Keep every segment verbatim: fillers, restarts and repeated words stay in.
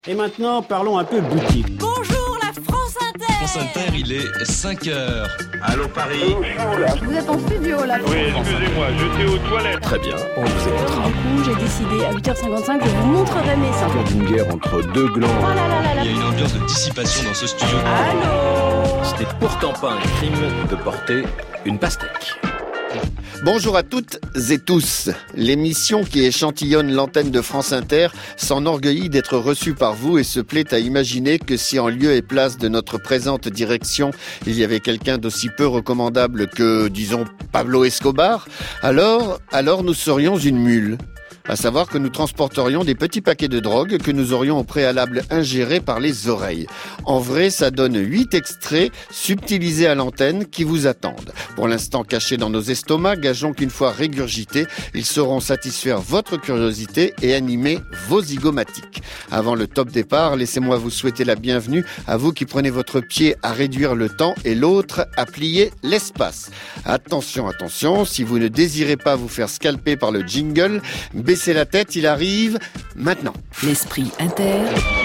Et maintenant, parlons un peu boutique. Bonjour la France Inter. France Inter, il est cinq heures. Allô Paris. Vous êtes en studio là. Oui, excusez-moi, j'étais aux toilettes. Très bien, on vous écoutera. Du coup, j'ai décidé à huit heures cinquante-cinq, je vous montrerai mes seins. Lors d'une guerre entre deux glands. Oh là là là là. Il y a une ambiance de dissipation dans ce studio. Allô. Ce n'est pourtant pas un crime de porter une pastèque. Bonjour à toutes et tous. L'émission qui échantillonne l'antenne de France Inter s'enorgueillit d'être reçue par vous et se plaît à imaginer que si en lieu et place de notre présente direction, il y avait quelqu'un d'aussi peu recommandable que, disons, Pablo Escobar, alors, alors nous serions une mule. À savoir que nous transporterions des petits paquets de drogue que nous aurions au préalable ingérés par les oreilles. En vrai, ça donne huit extraits subtilisés à l'antenne qui vous attendent. Pour l'instant cachés dans nos estomacs, gageons qu'une fois régurgités, ils sauront satisfaire votre curiosité et animer vos zygomatiques. Avant le top départ, laissez-moi vous souhaiter la bienvenue à vous qui prenez votre pied à réduire le temps et l'autre à plier l'espace. Attention, attention, si vous ne désirez pas vous faire scalper par le jingle, baissez la tête, il arrive maintenant. L'esprit Inter.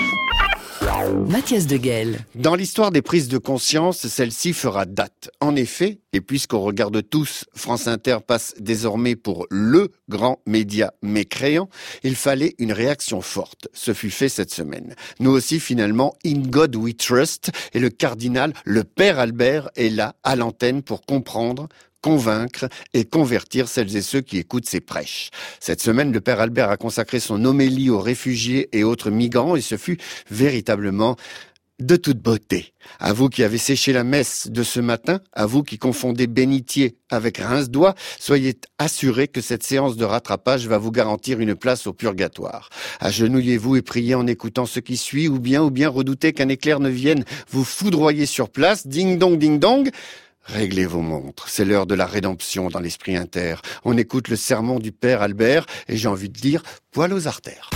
Mathias Deguel. Dans l'histoire des prises de conscience, celle-ci fera date. En effet, et puisqu'on regarde tous, France Inter passe désormais pour le grand média mécréant, il fallait une réaction forte. Ce fut fait cette semaine. Nous aussi, finalement, in God we trust, et le cardinal, le père Albert, est là, à l'antenne, pour comprendre, convaincre et convertir celles et ceux qui écoutent ses prêches. Cette semaine, le père Albert a consacré son homélie aux réfugiés et autres migrants et ce fut véritablement de toute beauté. À vous qui avez séché la messe de ce matin, à vous qui confondez bénitier avec rince-doigt, soyez assurés que cette séance de rattrapage va vous garantir une place au purgatoire. Agenouillez-vous et priez en écoutant ce qui suit, ou bien, ou bien redoutez qu'un éclair ne vienne vous foudroyer sur place, ding-dong, ding-dong. Réglez vos montres, c'est l'heure de la rédemption dans l'esprit inter. On écoute le sermon du père Albert et j'ai envie de dire poil aux artères.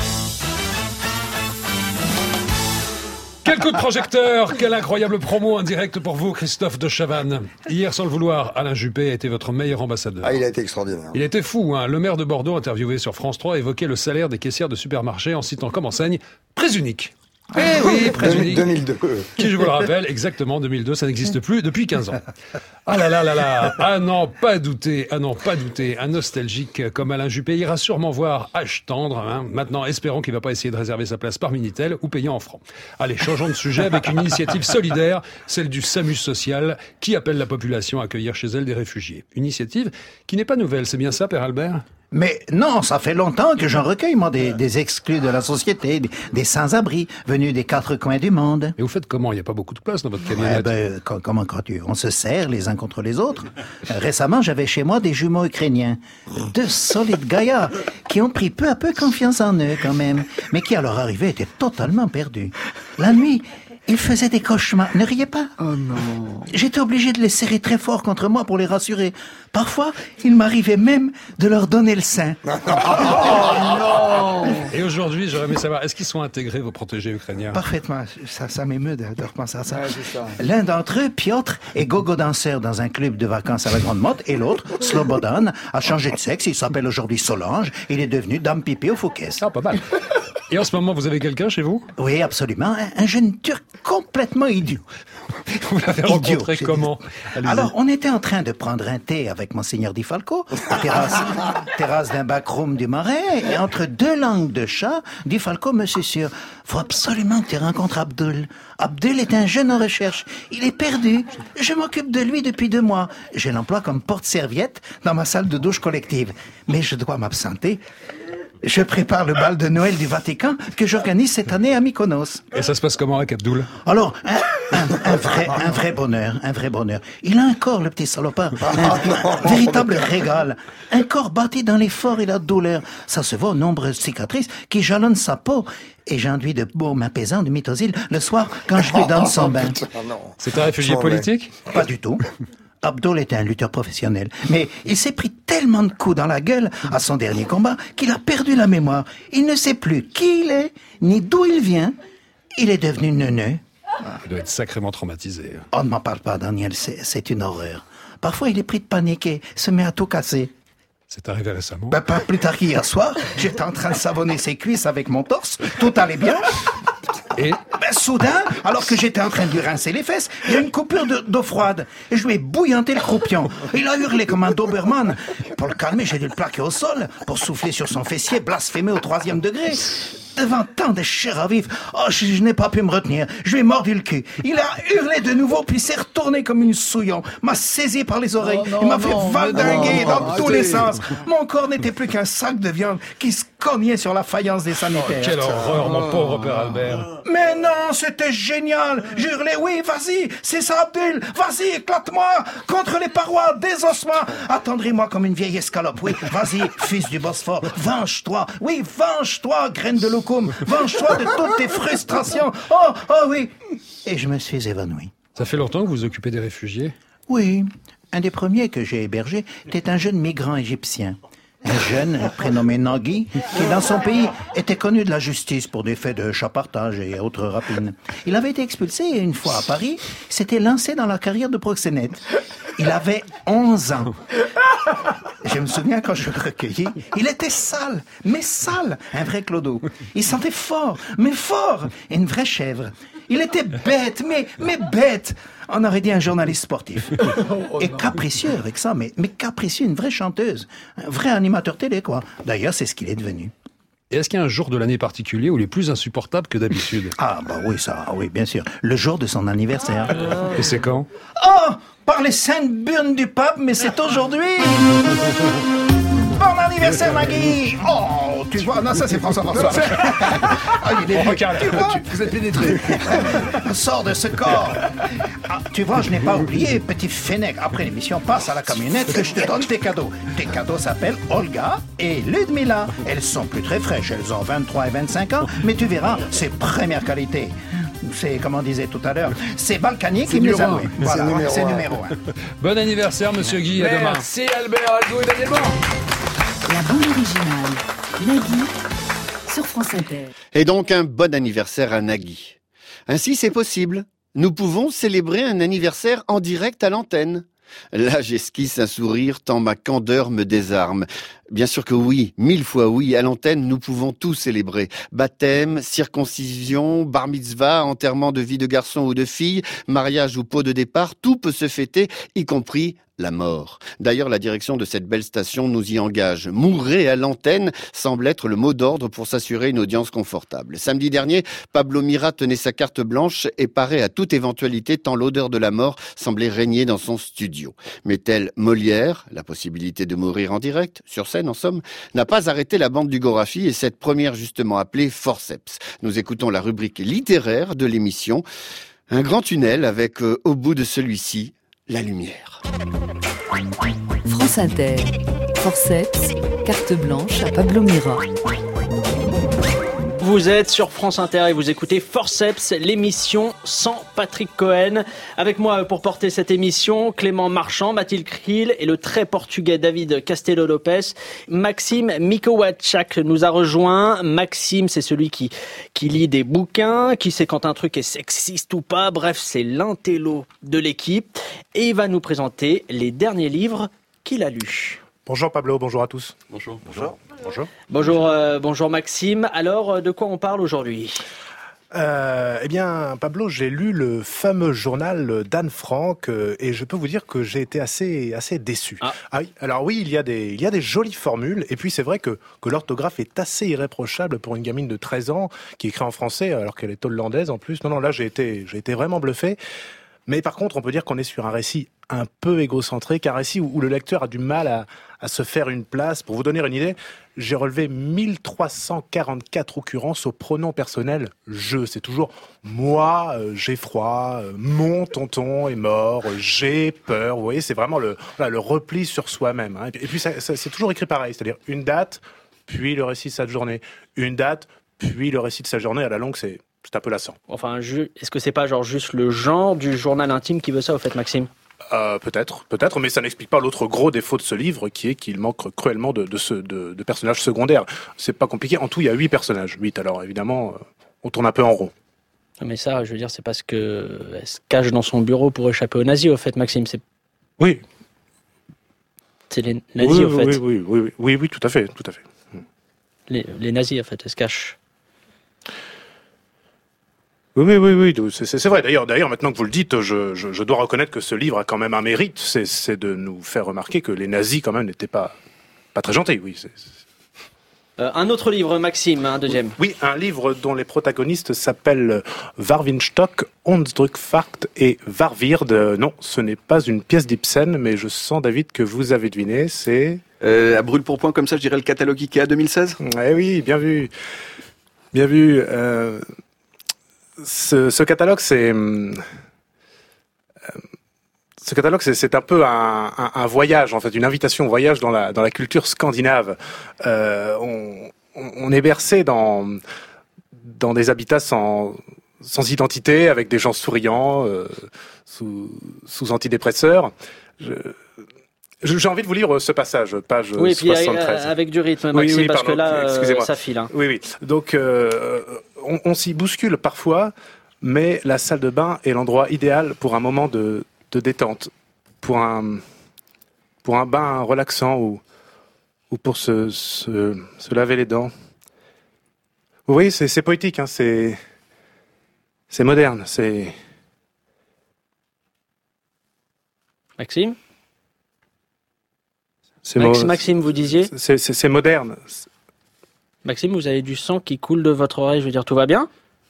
Quel coup de projecteur, quelle incroyable promo en direct pour vous, Christophe de Chavannes. Hier, sans le vouloir, Alain Juppé a été votre meilleur ambassadeur. Ah, il a été extraordinaire. Il était fou, hein. Le maire de Bordeaux, interviewé sur France trois, évoquait le salaire des caissières de supermarché en citant comme enseigne prix unique. Eh oui, prix unique. deux mille deux. Qui, je vous le rappelle, exactement deux mille deux, ça n'existe plus depuis quinze ans. Ah là là là là, ah non, pas douter, ah non, pas douter. Un nostalgique comme Alain Juppé ira sûrement voir H tendre. Hein. Maintenant, espérons qu'il ne va pas essayer de réserver sa place par Minitel ou payant en francs. Allez, changeons de sujet avec une initiative solidaire, celle du SAMU social, qui appelle la population à accueillir chez elle des réfugiés. Une initiative qui n'est pas nouvelle, c'est bien ça, Père Albert ? Mais non, ça fait longtemps que j'en recueille, moi, des, des exclus de la société, des, des sans-abri, venus des quatre coins du monde. Et vous faites comment ? Il n'y a pas beaucoup de place dans votre camionnette. Eh ben, com- comment crois-tu ? On se sert les uns contre les autres. Euh, récemment, j'avais chez moi des jumeaux ukrainiens. Deux solides gaillards qui ont pris peu à peu confiance en eux, quand même, mais qui, à leur arrivée, étaient totalement perdus. La nuit, ils faisaient des cauchemars. Ne riez pas. Oh non. J'étais obligé de les serrer très fort contre moi pour les rassurer. Parfois, il m'arrivait même de leur donner le sein. Oh non. Et aujourd'hui, j'aurais aimé savoir, est-ce qu'ils sont intégrés, vos protégés ukrainiens ? Parfaitement. Ça, ça m'émeut de, de repenser à ça. Ouais, c'est ça. L'un d'entre eux, Piotr, est gogo-danseur dans un club de vacances à la Grande Motte, et l'autre, Slobodan, a changé de sexe. Il s'appelle aujourd'hui Solange. Il est devenu dame pipi au Fouquet. Ah, pas mal. Et en ce moment, vous avez quelqu'un chez vous ? Oui, absolument. Un, un jeune Turc complètement idiot. Vous l'avez rencontré Idiot, comment ? Allez-y. Alors, on était en train de prendre un thé avec Monseigneur Di Falco, terrasse, terrasse d'un backroom du Marais, et entre deux langues de chat, Di Falco me susurre « Faut absolument que tu rencontres Abdul. Abdul est un jeune en recherche. Il est perdu. Je m'occupe de lui depuis deux mois. J'ai l'emploi comme porte-serviette dans ma salle de douche collective. Mais je dois m'absenter. Je prépare le bal de Noël du Vatican que j'organise cette année à Mykonos. » Et ça se passe comment avec Abdoul ? Alors, un, un, un vrai, un vrai bonheur, un vrai bonheur. Il a un corps, le petit salopard, un véritable régal. Un corps bâti dans l'effort et la douleur. Ça se voit aux nombreuses cicatrices qui jalonnent sa peau. Et j'enduis de baume apaisant de Mitosil le soir quand je lui donne son bain. C'est un réfugié politique ? Pas du tout. Abdul était un lutteur professionnel, mais il s'est pris tellement de coups dans la gueule à son dernier combat qu'il a perdu la mémoire. Il ne sait plus qui il est, ni d'où il vient. Il est devenu neuneux. Il doit être sacrément traumatisé. On ne m'en parle pas, Daniel, c'est, c'est une horreur. Parfois, il est pris de panique et se met à tout casser. C'est arrivé récemment? Ben, pas plus tard qu'hier soir. J'étais en train de savonner ses cuisses avec mon torse. Tout allait bien. Et Ben, soudain, alors que j'étais en train de lui rincer les fesses, il y a une coupure de- d'eau froide. Et je lui ai bouillanté le croupion. Il a hurlé comme un Doberman. Pour le calmer, j'ai dû le plaquer au sol pour souffler sur son fessier, blasphémer au troisième degré. Devant tant de chair à vivre, oh, je, je n'ai pas pu me retenir. Je lui ai mordu le cul. Il a hurlé de nouveau, puis s'est retourné comme une souillon. M'a saisi par les oreilles. Oh non, Il m'a fait non, valdinguer non, dans non, tous arrêtez. les sens. Mon corps n'était plus qu'un sac de viande qui se cognait sur la faïence des sanitaires. quelle horreur, mon pauvre père Albert. Mais non, c'était génial. J'hurlais, oui, vas-y, c'est ça, Abdul. Vas-y, éclate-moi contre les parois, désosse-moi. Attendris-moi comme une vieille escalope. Oui, vas-y, fils du Bosphore, venge-toi. Oui, venge-toi, graine de loukoum. Venge-toi de toutes tes frustrations. Oh, oh oui. Et je me suis évanoui. Ça fait longtemps que vous vous occupez des réfugiés? Oui, un des premiers que j'ai hébergé était un jeune migrant égyptien. Un jeune prénommé Nagui, qui dans son pays était connu de la justice pour des faits de chapartage et autres rapines. Il avait été expulsé et une fois à Paris, s'était lancé dans la carrière de proxénète. Il avait onze ans. Je me souviens quand je le recueillis, il était sale, mais sale, un vrai clodo. Il sentait fort, mais fort, une vraie chèvre. Il était bête, mais, mais bête. On aurait dit un journaliste sportif. Et capricieux avec ça, mais, mais capricieux, une vraie chanteuse. Un vrai animateur télé, quoi. D'ailleurs, c'est ce qu'il est devenu. Et est-ce qu'il y a un jour de l'année particulier où il est plus insupportable que d'habitude? Ah, bah oui, ça, oui, bien sûr. Le jour de son anniversaire. Et c'est quand? Oh, par les saintes burnes du pape, mais c'est aujourd'hui. Bon anniversaire, Maggie. Oh, tu vois, non, ça c'est François François. Ah, il est Regarde, tu vois, Vous êtes pénétré. sors de ce corps. Ah, tu vois, je n'ai pas oublié, petit fennec. Après l'émission, passe à la camionnette que je te donne tes cadeaux. Tes cadeaux s'appellent Olga et Ludmila. Elles sont plus très fraîches, elles ont vingt-trois et vingt-cinq ans, mais tu verras, c'est première qualité. C'est, comme on disait tout à l'heure, c'est Balkany qui me les a numéro loués. un. Voilà, C'est numéro c'est un. numéro un. Bon anniversaire, monsieur Guy, à demain. Merci Albert, Aldo et Daniel Ban. La bande originale. Nagui sur France Inter. Et donc un bon anniversaire à Nagui. Ainsi, c'est possible. Nous pouvons célébrer un anniversaire en direct à l'antenne. Là, j'esquisse un sourire tant ma candeur me désarme. Bien sûr que oui, mille fois oui, à l'antenne, nous pouvons tout célébrer. Baptême, circoncision, bar mitzvah, enterrement de vie de garçon ou de fille, mariage ou pot de départ, tout peut se fêter, y compris la mort. D'ailleurs, la direction de cette belle station nous y engage. Mourir à l'antenne semble être le mot d'ordre pour s'assurer une audience confortable. Samedi dernier, Pablo Mira tenait sa carte blanche et parait à toute éventualité tant l'odeur de la mort semblait régner dans son studio. Mais tel Molière, la possibilité de mourir en direct, sur scène en somme, n'a pas arrêté la bande du Gorafi et cette première justement appelée Forceps. Nous écoutons la rubrique littéraire de l'émission. Un grand tunnel avec, euh, au bout de celui-ci, la lumière. France Inter. Forceps, carte blanche à Pablo Mira. Vous êtes sur France Inter et vous écoutez Forceps, l'émission sans Patrick Cohen. Avec moi pour porter cette émission, Clément Marchand, Mathilde Kriel et le très portugais David Castello-Lopez. Maxime Mikowatchak nous a rejoint. Maxime, c'est celui qui, qui lit des bouquins, qui sait quand un truc est sexiste ou pas. Bref, c'est l'intello de l'équipe. Et il va nous présenter les derniers livres qu'il a lus. Bonjour Pablo, bonjour à tous. Bonjour. Bonjour. Bonjour. Bonjour, euh, bonjour Maxime. Alors, de quoi on parle aujourd'hui ? Euh, eh bien, Pablo, j'ai lu le fameux journal d'Anne Frank euh, et je peux vous dire que j'ai été assez assez déçu. Ah. Ah oui, alors oui, il y a des il y a des jolies formules et puis c'est vrai que que l'orthographe est assez irréprochable pour une gamine de treize ans qui écrit en français alors qu'elle est hollandaise en plus. Non non, là j'ai été j'ai été vraiment bluffé. Mais par contre, on peut dire qu'on est sur un récit un peu égocentrique, un récit où, où le lecteur a du mal à, à se faire une place. Pour vous donner une idée, j'ai relevé mille trois cent quarante-quatre occurrences au pronom personnel « je ». C'est toujours « moi, euh, j'ai froid euh, »,« mon tonton est mort euh, »,« j'ai peur ». Vous voyez, c'est vraiment le, voilà, le repli sur soi-même. Hein. Et puis, et puis ça, ça, c'est toujours écrit pareil, c'est-à-dire une date, puis le récit de sa journée. Une date, puis le récit de sa journée. À la longue, c'est... C'est un peu lassant. Enfin, je... est-ce que c'est pas genre juste le genre du journal intime qui veut ça, au fait, Maxime ? Euh, peut-être, peut-être, mais ça n'explique pas l'autre gros défaut de ce livre, qui est qu'il manque cruellement de, de, ce, de, de personnages secondaires. C'est pas compliqué. En tout, il y a huit personnages. Huit, alors évidemment, on tourne un peu en rond. Mais ça, je veux dire, c'est parce que elle se cache dans son bureau pour échapper aux nazis, au fait, Maxime. C'est... Oui. C'est les nazis, oui, au fait. Oui, oui, oui, oui, oui, oui, tout à fait, tout à fait. Les, les nazis, en fait, elles se cachent. Oui, oui, oui, oui, c'est, c'est vrai. D'ailleurs, d'ailleurs, maintenant que vous le dites, je, je, je dois reconnaître que ce livre a quand même un mérite, c'est, c'est de nous faire remarquer que les nazis, quand même, n'étaient pas, pas très gentils, oui. C'est, c'est... Euh, un autre livre, Maxime, un deuxième. Oui, un livre dont les protagonistes s'appellent Warwinstock, Hondsdrückfahrt et Warwird. Non, ce n'est pas une pièce d'Ibsen, mais je sens, David, que vous avez deviné, c'est... Euh, à brûle pour point, comme ça, je dirais le catalogue Ikea deux mille seize. Eh oui, bien vu. Bien vu. Euh, ce, ce catalogue, c'est... Euh, Ce catalogue, c'est, c'est un peu un, un, un voyage, en fait, une invitation au voyage dans la, dans la culture scandinave. Euh, on, on est bercé dans, dans des habitats sans, sans identité, avec des gens souriants, euh, sous, sous antidépresseurs. Je, j'ai envie de vous lire ce passage, page oui, soixante-treize. Puis avec du rythme, Maxime, oui, oui, parce pardon, que là, excusez-moi. ça file. Hein. Oui, oui. Donc, euh, on, on s'y bouscule parfois, mais la salle de bain est l'endroit idéal pour un moment de de détente, pour un, pour un bain relaxant ou, ou pour se, se, se laver les dents. Vous voyez, c'est, c'est poétique, hein, c'est, c'est moderne, c'est... Maxime c'est Max, mo- Maxime, vous disiez c'est, c'est, c'est moderne. Maxime, vous avez du sang qui coule de votre oreille, je veux dire, tout va bien?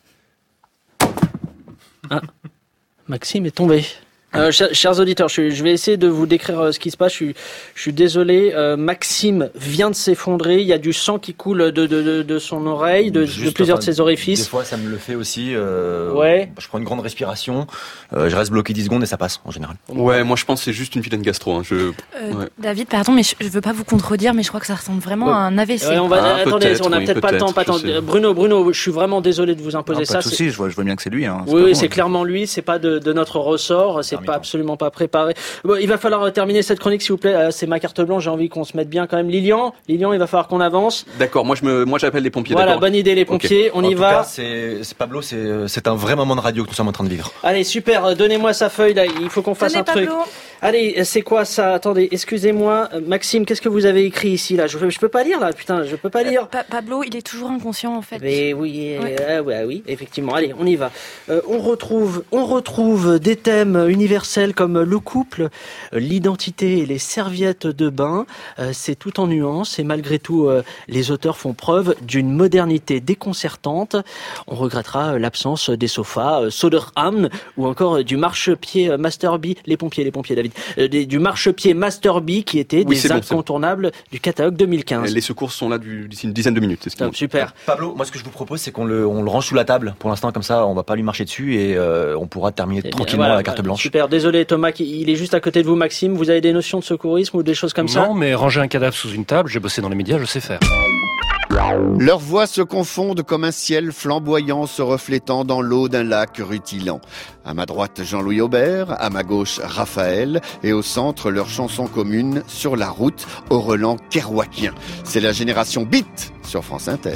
Ah, Maxime est tombé. Euh, chers, chers auditeurs, je, je vais essayer de vous décrire euh, ce qui se passe. Je suis, je suis désolé. Euh, Maxime vient de s'effondrer. Il y a du sang qui coule de, de, de, de son oreille, de, Juste, de plusieurs enfin, de ses orifices. Des fois, ça me le fait aussi. Euh, ouais. Je prends une grande respiration. Euh, je reste bloqué dix secondes et ça passe en général. Ouais, moi je pense que c'est juste une vilaine gastro. Hein. Je... Euh, ouais. David, pardon, mais je, je veux pas vous contredire, mais je crois que ça ressemble vraiment ouais. à un A V C. Ouais, on va, ah, attendez, on a oui, peut-être, pas le temps. Pas temps. Bruno, Bruno, je suis vraiment désolé de vous imposer non, ça. Pas de souci, je vois, je vois bien que c'est lui. Hein. C'est oui, oui c'est clairement lui. C'est pas de, de notre ressort. C'est pas absolument pas préparé. Bon, il va falloir terminer cette chronique, s'il vous plaît. Euh, c'est ma carte blanche. J'ai envie qu'on se mette bien quand même. Lilian, Lilian, il va falloir qu'on avance. D'accord. Moi, je me, moi, j'appelle les pompiers. Voilà, d'accord. bonne idée, les pompiers. Okay. On en y tout va. Cas, c'est, c'est Pablo. C'est, c'est un vrai moment de radio que nous sommes en train de vivre. Allez, super. Donnez-moi sa feuille. Là, il faut qu'on fasse Tenez, un truc. Pablo. Allez, c'est quoi ça? Attendez, excusez-moi, Maxime. Qu'est-ce que vous avez écrit ici là? Je, je peux pas lire là. Putain, je peux pas lire. Euh, pa- Pablo, il est toujours inconscient en fait. Mais oui, ouais. Euh, ouais, oui, effectivement. Allez, on y va. Euh, on retrouve, on retrouve des thèmes universels comme le couple, l'identité et les serviettes de bain. Euh, c'est tout en nuances et malgré tout, euh, les auteurs font preuve d'une modernité déconcertante. On regrettera l'absence des sofas euh, Soderham ou encore du marchepied Masterby. Les pompiers, les pompiers, David. Euh, des, du marchepied Masterby qui était oui, des bon, incontournables du catalogue deux mille quinze. Les secours sont là du, d'ici une dizaine de minutes. C'est ce Top, super. Pablo, moi ce que je vous propose, c'est qu'on le, on le range sous la table. Pour l'instant, comme ça, on va pas lui marcher dessus et euh, on pourra terminer et tranquillement voilà, la carte blanche. Super. Désolé Thomas, il est juste à côté de vous, Maxime. Vous avez des notions de secourisme ou des choses comme non, ça? Non, mais ranger un cadavre sous une table, j'ai bossé dans les médias, je sais faire. Leurs voix se confondent comme un ciel flamboyant se reflétant dans l'eau d'un lac rutilant. À ma droite, Jean-Louis Aubert, à ma gauche, Raphaël, et au centre, leur chanson commune, Sur la route, au relent kerouacien. C'est la génération Beat sur France Inter.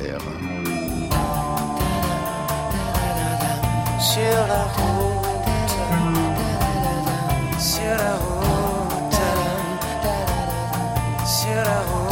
Sur la route, sur la route, sur la route.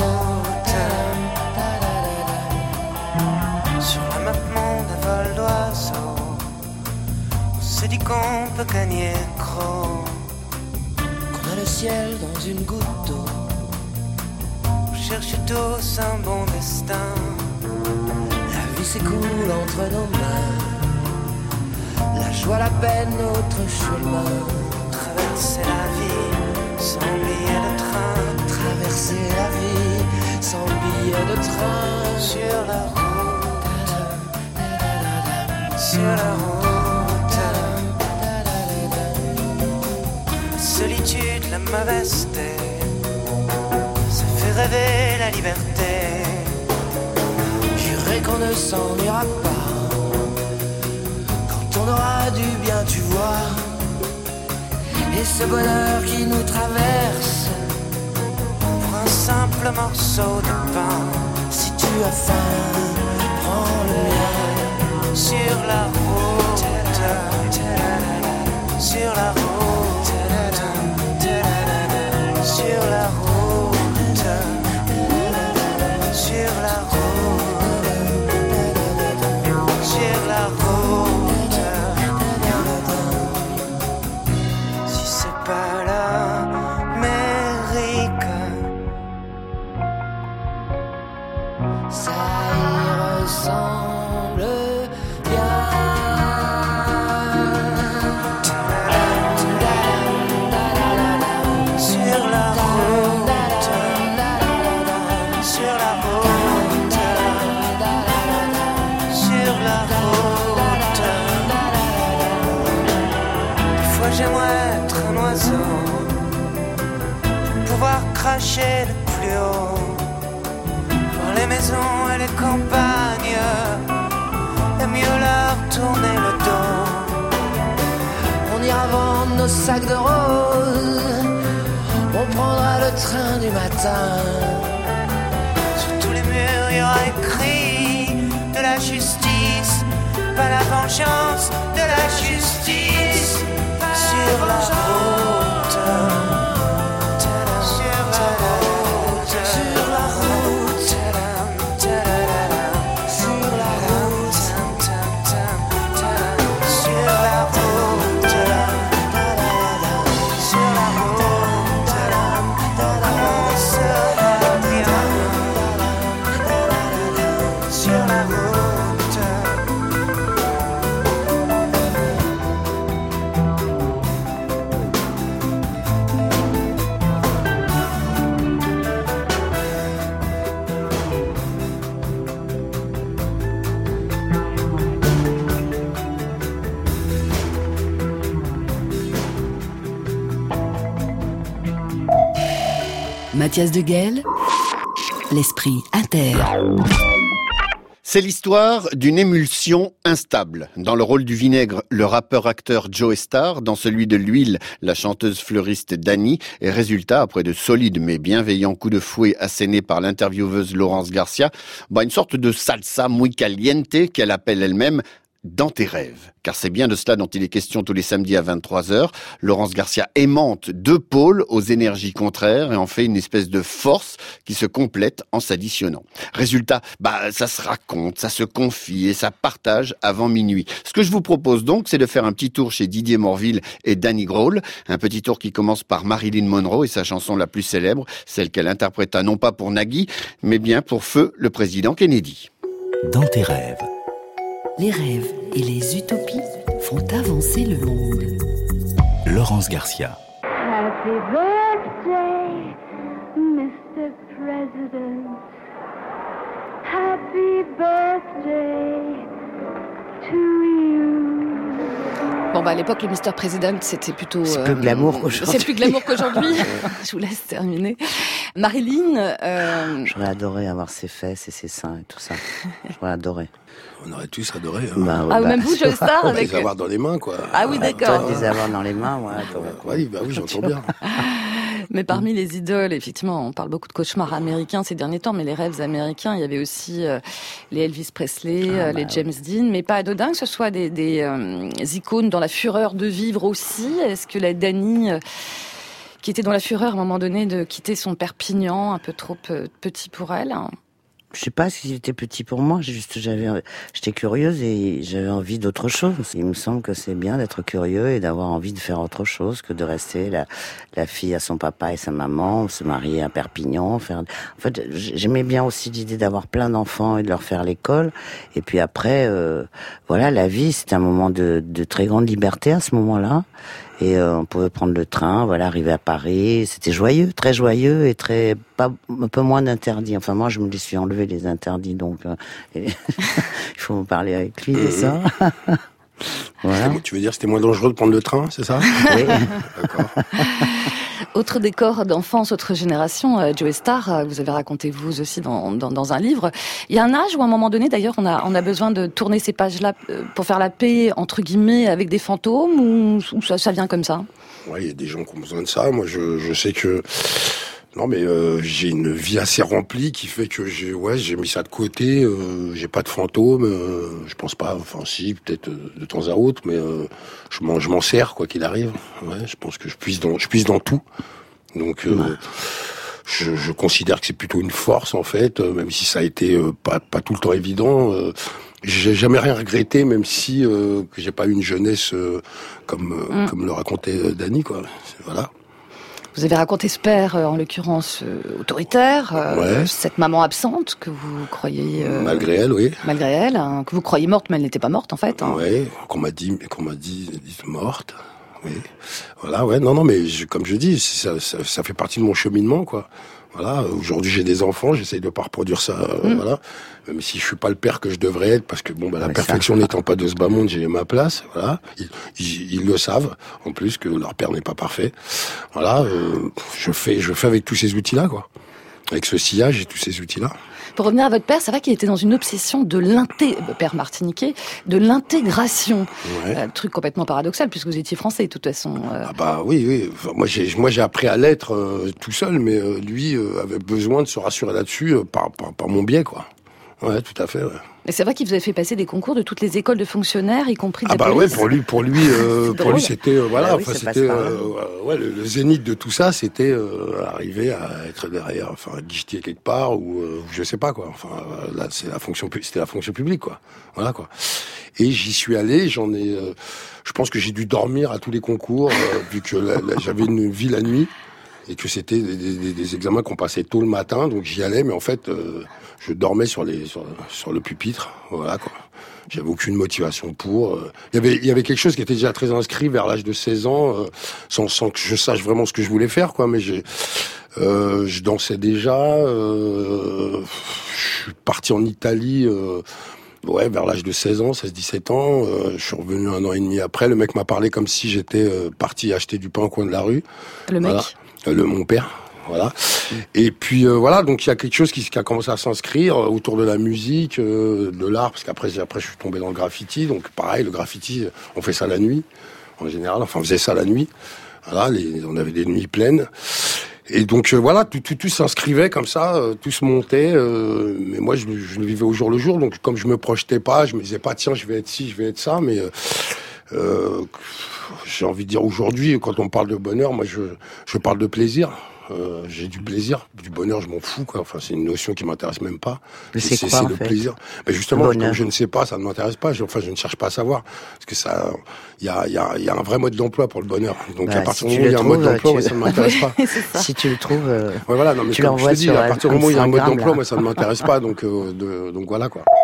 Sur l'amattement d'un vol d'oiseau, on se dit qu'on peut gagner gros, qu'on a le ciel dans une goutte d'eau. On cherche tous un bon destin, la vie s'écoule entre nos mains, la joie, la peine, notre chemin. Traverser la vie sans billet de train, traverser la vie sans billet de train. Sur la route, sur la route, la solitude, la mauvaiseté, ça fait rêver la liberté. Jurer qu'on ne s'ennuiera pas quand on aura du bien, tu vois. Et ce bonheur qui nous traverse pour un simple morceau de pain. Si tu as faim, prends le mien. Sur la route, sur la route, sur la route, sur la route, sur la route. s'arracher le plus haut. Pour les maisons et les campagnes, et mieux leur tourner le dos. On ira vendre nos sacs de roses, on prendra le train du matin. Sur tous les murs il y aura écrit de la justice, pas la vengeance, de la justice. Sur la route, sur la route, sur la route, sur la route, sur la route, sur la route, on sera bien sur la route. Mathias Deguel, l'esprit inter. C'est l'histoire d'une émulsion instable. Dans le rôle du vinaigre, le rappeur-acteur Joe Starr, dans celui de l'huile, la chanteuse fleuriste Dani, et résultat, après de solides mais bienveillants coups de fouet assénés par l'intervieweuse Laurence Garcia, bah une sorte de salsa muy caliente qu'elle appelle elle-même dans tes rêves. Car c'est bien de cela dont il est question tous les samedis à vingt-trois heures. Laurence Garcia aimante deux pôles aux énergies contraires et en fait une espèce de force qui se complète en s'additionnant. Résultat, bah, ça se raconte, ça se confie et ça partage avant minuit. Ce que je vous propose donc, c'est de faire un petit tour chez Didier Morville et Danny Grohl. Un petit tour qui commence par Marilyn Monroe et sa chanson la plus célèbre, celle qu'elle interpréta non pas pour Nagui, mais bien pour feu le président Kennedy. Dans tes rêves. Les rêves et les utopies font avancer le monde. Laurence Garcia. Happy birthday, mister President. Happy birthday to you. Bon, bah, à l'époque, le mister President, c'était plutôt... C'est plus glamour qu'aujourd'hui. C'est plus glamour qu'aujourd'hui. Je vous laisse terminer. Marilyn... Euh... J'aurais adoré avoir ses fesses et ses seins et tout ça. J'aurais adoré. On aurait tous adoré. Hein. Bah, ah, bah, même vous, Joe Starr, avec... les avoir dans les mains, quoi. Ah oui, d'accord. Toi, les avoir dans les mains, ouais. Toi, oui, bah oui, j'entends bien. Mais parmi les idoles, effectivement, on parle beaucoup de cauchemars américains ces derniers temps, mais les rêves américains, il y avait aussi euh, les Elvis Presley, ah, euh, bah, les James ouais. Dean, mais pas anodin que ce soit des, des euh, icônes dans la fureur de vivre aussi. Est-ce que la Dani... Euh, qui était dans la fureur à un moment donné de quitter son Perpignan, un peu trop petit pour elle. Je sais pas s'il était petit pour moi, juste j'avais, j'étais curieuse et j'avais envie d'autre chose. Il me semble que c'est bien d'être curieux et d'avoir envie de faire autre chose que de rester la, la fille à son papa et sa maman, se marier à Perpignan, faire. En fait, j'aimais bien aussi l'idée d'avoir plein d'enfants et de leur faire l'école. Et puis après, euh, voilà, la vie, c'était un moment de, de très grande liberté à ce moment-là. Et euh, on pouvait prendre le train, voilà, arriver à Paris. C'était joyeux, très joyeux et très pas un peu moins d'interdits. Enfin, moi, je me les suis enlevé les interdits, donc euh, et il faut me parler avec lui de ça. Voilà. Tu veux dire, c'était moins dangereux de prendre le train, c'est ça? Oui. D'accord. Autre décor d'enfance, autre génération, euh, Joe Starr, euh, vous avez raconté vous aussi dans, dans, dans un livre. Il y a un âge où à un moment donné, d'ailleurs, on a, on a besoin de tourner ces pages-là euh, pour faire la paix, entre guillemets, avec des fantômes, ou, ou ça, ça vient comme ça? Ouais, il y a des gens qui ont besoin de ça. Moi, je, je sais que... Non, mais euh, j'ai une vie assez remplie qui fait que j'ai, ouais, j'ai mis ça de côté. Euh, j'ai pas de fantômes. Euh, je pense pas. Enfin, si, peut-être euh, de temps à autre, mais euh, je m'en, je m'en sers quoi qu'il arrive. Ouais, je pense que je puise dans, je puise dans tout. Donc, euh, ouais. je, je considère que c'est plutôt une force en fait, euh, même si ça a été euh, pas, pas tout le temps évident. Euh, j'ai jamais rien regretté, même si euh, que j'ai pas eu une jeunesse euh, comme euh, mm. comme le racontait euh, Dani, quoi. Voilà. Vous avez raconté ce père, en l'occurrence euh, autoritaire, euh, ouais. cette maman absente que vous croyez... Euh, malgré elle, oui. Malgré elle, hein, que vous croyez morte, mais elle n'était pas morte en fait. Hein. Oui, qu'on m'a dit, qu'on m'a dit, dit morte. oui. Voilà, ouais, non, non, mais je, comme je dis, ça, ça, ça fait partie de mon cheminement, quoi. Voilà, aujourd'hui j'ai des enfants, j'essaye de pas reproduire ça, euh, mmh. voilà. Même si je suis pas le père que je devrais être, parce que bon, bah, la ouais, perfection n'étant pas de ce bas monde, j'ai ma place, voilà. Ils, ils, ils le savent, en plus, que leur père n'est pas parfait. Voilà, euh, je fais, je fais avec tous ces outils-là, quoi. Avec ce sillage et tous ces outils-là. Pour revenir à votre père, c'est vrai qu'il était dans une obsession de l'inté, père martiniquais, de l'intégration. Ouais. Euh, truc complètement paradoxal puisque vous étiez français de toute façon. Euh... Ah bah oui, oui. Enfin, moi j'ai, moi j'ai appris à l'être euh, tout seul, mais euh, lui euh, avait besoin de se rassurer là-dessus euh, par, par, par mon biais, quoi. Ouais, tout à fait. Ouais. Mais c'est vrai qu'il vous avait fait passer des concours de toutes les écoles de fonctionnaires, y compris de ah la bah police. ouais, pour lui, pour lui, euh, pour lui, c'était euh, voilà, bah oui, enfin c'était euh, ouais, le, le zénith de tout ça, c'était euh, arriver à être derrière, enfin guichetier quelque part ou euh, je sais pas quoi. Enfin là, c'est la fonction, c'était la fonction publique, quoi. Voilà quoi. Et j'y suis allé, j'en ai, euh, je pense que j'ai dû dormir à tous les concours euh, vu que là, là, j'avais une vie la nuit. Et que c'était des, des, des examens qu'on passait tôt le matin, donc j'y allais, mais en fait, euh, je dormais sur les sur, sur le pupitre, voilà quoi. J'avais aucune motivation pour. Euh, il y avait il y avait quelque chose qui était déjà très inscrit vers l'âge de seize ans, euh, sans sans que je sache vraiment ce que je voulais faire, quoi. Mais j'ai euh, je dansais déjà. Euh, je suis parti en Italie. Euh, Ouais, vers l'âge de seize ans, seize dix-sept ans, euh, je suis revenu un an et demi après. Le mec m'a parlé comme si j'étais euh, parti acheter du pain au coin de la rue. Le mec voilà. euh, Le mon père, voilà. Mmh. Et puis euh, voilà, donc il y a quelque chose qui, qui a commencé à s'inscrire autour de la musique, euh, de l'art, parce qu'après après je suis tombé dans le graffiti. Donc pareil, le graffiti, on fait ça la nuit, en général. Enfin, on faisait ça la nuit. Voilà, les, on avait des nuits pleines. Et donc euh, voilà, tout, tout, tout s'inscrivait comme ça, euh, tout se montait, euh, mais moi je, je le vivais au jour le jour, donc comme je me projetais pas, je me disais pas tiens je vais être ci, je vais être ça, mais euh, euh, j'ai envie de dire aujourd'hui, quand on parle de bonheur, moi je, je parle de plaisir. Euh, j'ai du plaisir, du bonheur, je m'en fous, quoi. Enfin, c'est une notion qui m'intéresse même pas. Mais c'est, c'est quoi, c'est en le fait plaisir. Mais justement, comme je ne sais pas, ça ne m'intéresse pas. Je, enfin, je ne cherche pas à savoir, parce que ça, il y a, il y a, il y a un vrai mode d'emploi pour le bonheur. Donc bah, à partir si du moment où il y a un mode d'emploi, tu... moi, ça ne m'intéresse pas. Si tu le trouves, euh, ouais, voilà. Non, mais tu comme je te dis, à partir du moment où il y a un mode d'emploi, là. moi, ça ne m'intéresse pas. Donc, euh, de, donc voilà, quoi.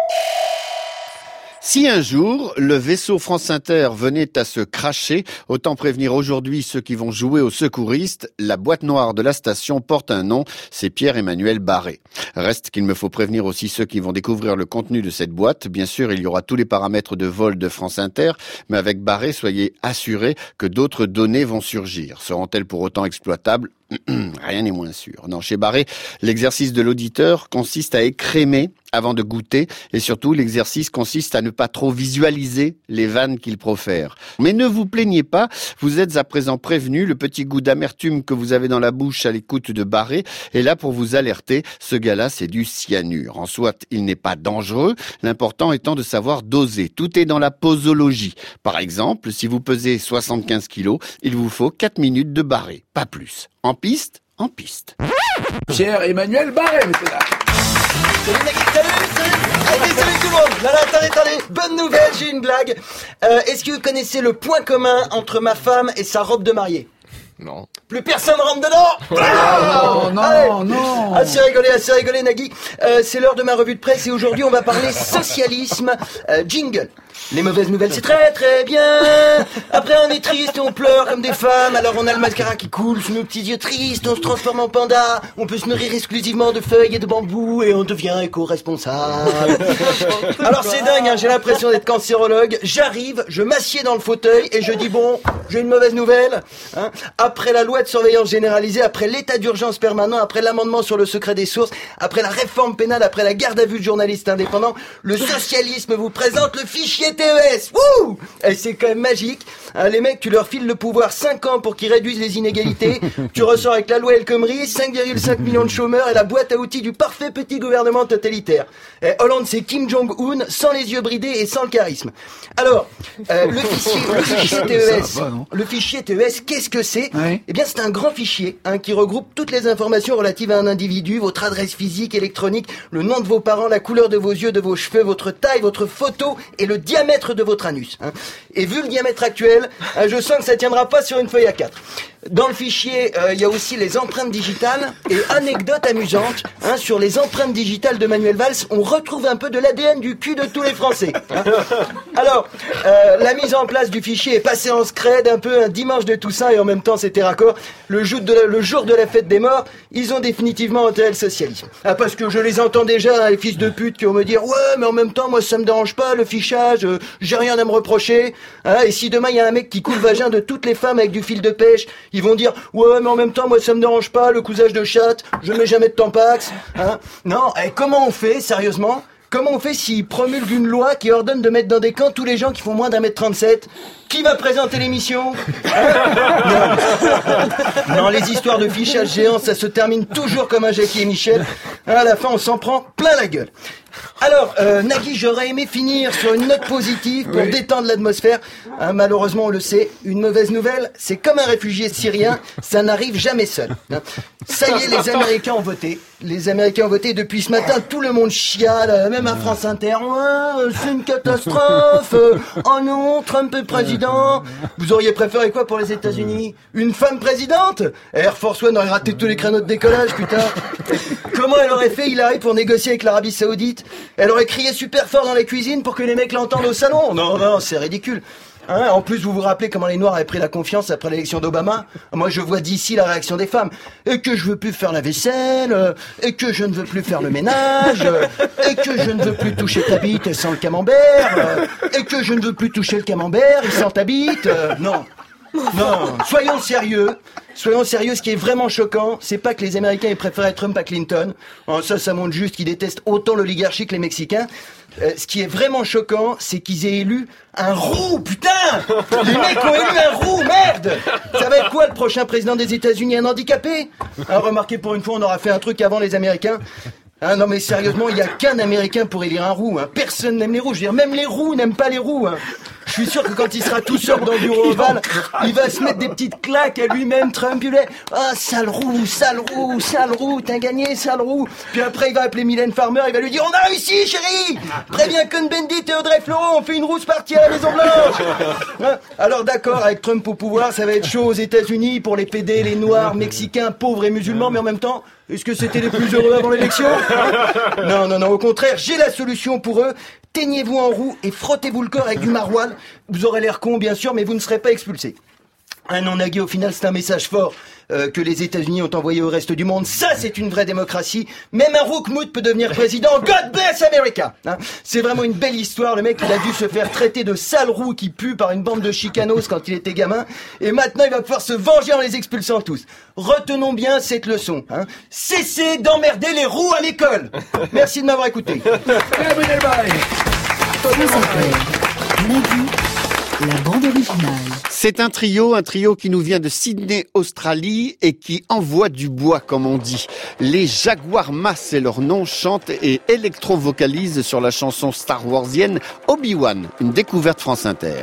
Si un jour, le vaisseau France Inter venait à se cracher, autant prévenir aujourd'hui ceux qui vont jouer aux secouristes, la boîte noire de la station porte un nom, c'est Pierre-Emmanuel Barré. Reste qu'il me faut prévenir aussi ceux qui vont découvrir le contenu de cette boîte. Bien sûr, il y aura tous les paramètres de vol de France Inter, mais avec Barré, soyez assurés que d'autres données vont surgir. Seront-elles pour autant exploitables ? Rien n'est moins sûr. Non, chez Barré, l'exercice de l'auditeur consiste à écrémer avant de goûter, et surtout l'exercice consiste à ne pas trop visualiser les vannes qu'il profère. Mais ne vous plaignez pas, vous êtes à présent prévenu, le petit goût d'amertume que vous avez dans la bouche à l'écoute de Barré est là pour vous alerter, ce gars-là c'est du cyanure. En soit, il n'est pas dangereux, l'important étant de savoir doser. Tout est dans la posologie. Par exemple, si vous pesez soixante-quinze kilos, il vous faut quatre minutes de Barré, pas plus. En piste, en piste. Pierre-Emmanuel Barré, monsieur là. Salut Nagui, salut, salut, allez, salut tout le monde. Là, là, attendez, attendez, bonne nouvelle, j'ai une blague. Euh, est-ce que vous connaissez le point commun entre ma femme et sa robe de mariée ? Non. Plus personne rentre dedans. Ah, non, allez. non, non. Assez rigolé, assez rigolé, Nagui. Euh, c'est l'heure de ma revue de presse et aujourd'hui on va parler socialisme. Euh, jingle. Les mauvaises nouvelles, c'est très très bien. Après on est triste et on pleure comme des femmes. Alors on a le mascara qui coule sous nos petits yeux tristes. On se transforme en panda. On peut se nourrir exclusivement de feuilles et de bambou et on devient éco-responsable. Alors c'est dingue, hein, j'ai l'impression d'être cancérologue. J'arrive, je m'assieds dans le fauteuil et je dis bon, j'ai une mauvaise nouvelle. Hein. Après la loi de surveillance généralisée, après l'état d'urgence permanent, après l'amendement sur le secret des sources, après la réforme pénale, après la garde à vue de journalistes indépendants, le socialisme vous présente le fichier T E S. Wouh! Et c'est quand même magique. Hein, les mecs, tu leur files le pouvoir cinq ans pour qu'ils réduisent les inégalités. Tu ressors avec la loi El Khomri, cinq virgule cinq millions de chômeurs et la boîte à outils du parfait petit gouvernement totalitaire. Et Hollande, c'est Kim Jong-un, sans les yeux bridés et sans le charisme. Alors, euh, le fichier, le fichier T E S, le fichier T E S, qu'est-ce que c'est? Oui. Eh bien, c'est un grand fichier hein, qui regroupe toutes les informations relatives à un individu, votre adresse physique, électronique, le nom de vos parents, la couleur de vos yeux, de vos cheveux, votre taille, votre photo et le diamètre de votre anus. Hein. Et vu le diamètre actuel, hein, je sens que ça tiendra pas sur une feuille A quatre. Dans le fichier, euh, il y a aussi les empreintes digitales et anecdote amusante hein, sur les empreintes digitales de Manuel Valls. On retrouve un peu de l'A D N du cul de tous les Français. Hein. Alors, euh, la mise en place du fichier est passée en scred un peu un dimanche de Toussaint et en même temps c'était raccord. Le jour de la, le jour de la fête des morts, ils ont définitivement enterré le socialisme. Ah, parce que je les entends déjà, hein, les fils de pute qui vont me dire « Ouais, mais en même temps, moi ça me dérange pas, le fichage, euh, j'ai rien à me reprocher. Hein, » Et si demain il y a un mec qui coule le vagin de toutes les femmes avec du fil de pêche, ils vont dire « Ouais, mais en même temps, moi ça me dérange pas, le cousage de chatte, je mets jamais de tampax. Hein. » Non, et comment on fait, sérieusement ? Comment on fait s'ils promulguent une loi qui ordonne de mettre dans des camps tous les gens qui font moins d'un mètre trente-sept ? Qui va présenter l'émission ? Hein ? non. non, les histoires de fichage géant, ça se termine toujours comme un Jackie et Michel. Hein, à la fin, on s'en prend plein la gueule. Alors, euh, Nagui, j'aurais aimé finir sur une note positive pour oui. détendre l'atmosphère. Hein, malheureusement, on le sait, une mauvaise nouvelle, c'est comme un réfugié syrien, ça n'arrive jamais seul. Hein. Ça y est, les Américains ont voté. Les Américains ont voté. Depuis ce matin, tout le monde chiale, même à France Inter. Ouais, c'est une catastrophe. Oh non, Trump est président. Vous auriez préféré quoi pour les États-Unis ? Une femme présidente ? Air Force One aurait raté tous les créneaux de décollage, putain. Comment elle aurait fait, Hillary, pour négocier avec l'Arabie Saoudite ? Elle aurait crié super fort dans la cuisine pour que les mecs l'entendent au salon ? Non, non, c'est ridicule. Hein, en plus, vous vous rappelez comment les Noirs avaient pris la confiance après l'élection d'Obama ? Moi, je vois d'ici la réaction des femmes. Et que je veux plus faire la vaisselle, euh, et que je ne veux plus faire le ménage, euh, et que je ne veux plus toucher ta bite sans le camembert, euh, et que je ne veux plus toucher le camembert sans ta bite. Euh, non. Non, soyons sérieux. Soyons sérieux, ce qui est vraiment choquant, c'est pas que les Américains aient préféré Trump à Clinton. Oh, ça, ça montre juste qu'ils détestent autant l'oligarchie que les Mexicains. Euh, ce qui est vraiment choquant, c'est qu'ils aient élu un roux, putain! Les mecs ont élu un roux, merde! Ça va être quoi le prochain président des États-Unis, un handicapé? Ah, remarquez, pour une fois, on aura fait un truc avant les Américains. Ah non mais sérieusement, il n'y a qu'un Américain pour élire un roux. Hein. Personne n'aime les roux. Je veux dire, même les roux n'aiment pas les roux. Hein. Je suis sûr que quand il sera tout seul dans le bureau ovale, il va se mettre des petites claques à lui-même, Trump. Il va dire, ah, sale roux, sale roux, sale roux, t'as gagné, sale roux. Puis après, il va appeler Mylène Farmer, il va lui dire, on a réussi, chérie. Préviens Cohn-Bendit et Audrey Fleurot, on fait une rousse partie à la Maison Blanche. Hein. Alors d'accord, avec Trump au pouvoir, ça va être chaud aux États-Unis pour les pédés, les noirs, mexicains, pauvres et musulmans, mais en même temps, est-ce que c'était les plus heureux avant l'élection ? Non, non, non, au contraire, j'ai la solution pour eux. Teignez-vous en roux et frottez-vous le corps avec du maroilles. Vous aurez l'air con, bien sûr, mais vous ne serez pas expulsés. Ah non, Nagui, au final, c'est un message fort euh, que les États-Unis ont envoyé au reste du monde. Ça, c'est une vraie démocratie. Même un roukmout peut devenir président. God bless America. Hein, c'est vraiment une belle histoire. Le mec, il a dû se faire traiter de sale roux qui pue par une bande de chicanos quand il était gamin. Et maintenant, il va pouvoir se venger en les expulsant tous. Retenons bien cette leçon. Hein. Cessez d'emmerder les roux à l'école. Merci de m'avoir écouté. La bande originale. C'est un trio, un trio qui nous vient de Sydney, Australie, et qui envoie du bois, comme on dit. Les Jaguar Mas, c'est leur nom, chantent et électro-vocalisent sur la chanson Star Warsienne Obi-Wan, une découverte France Inter.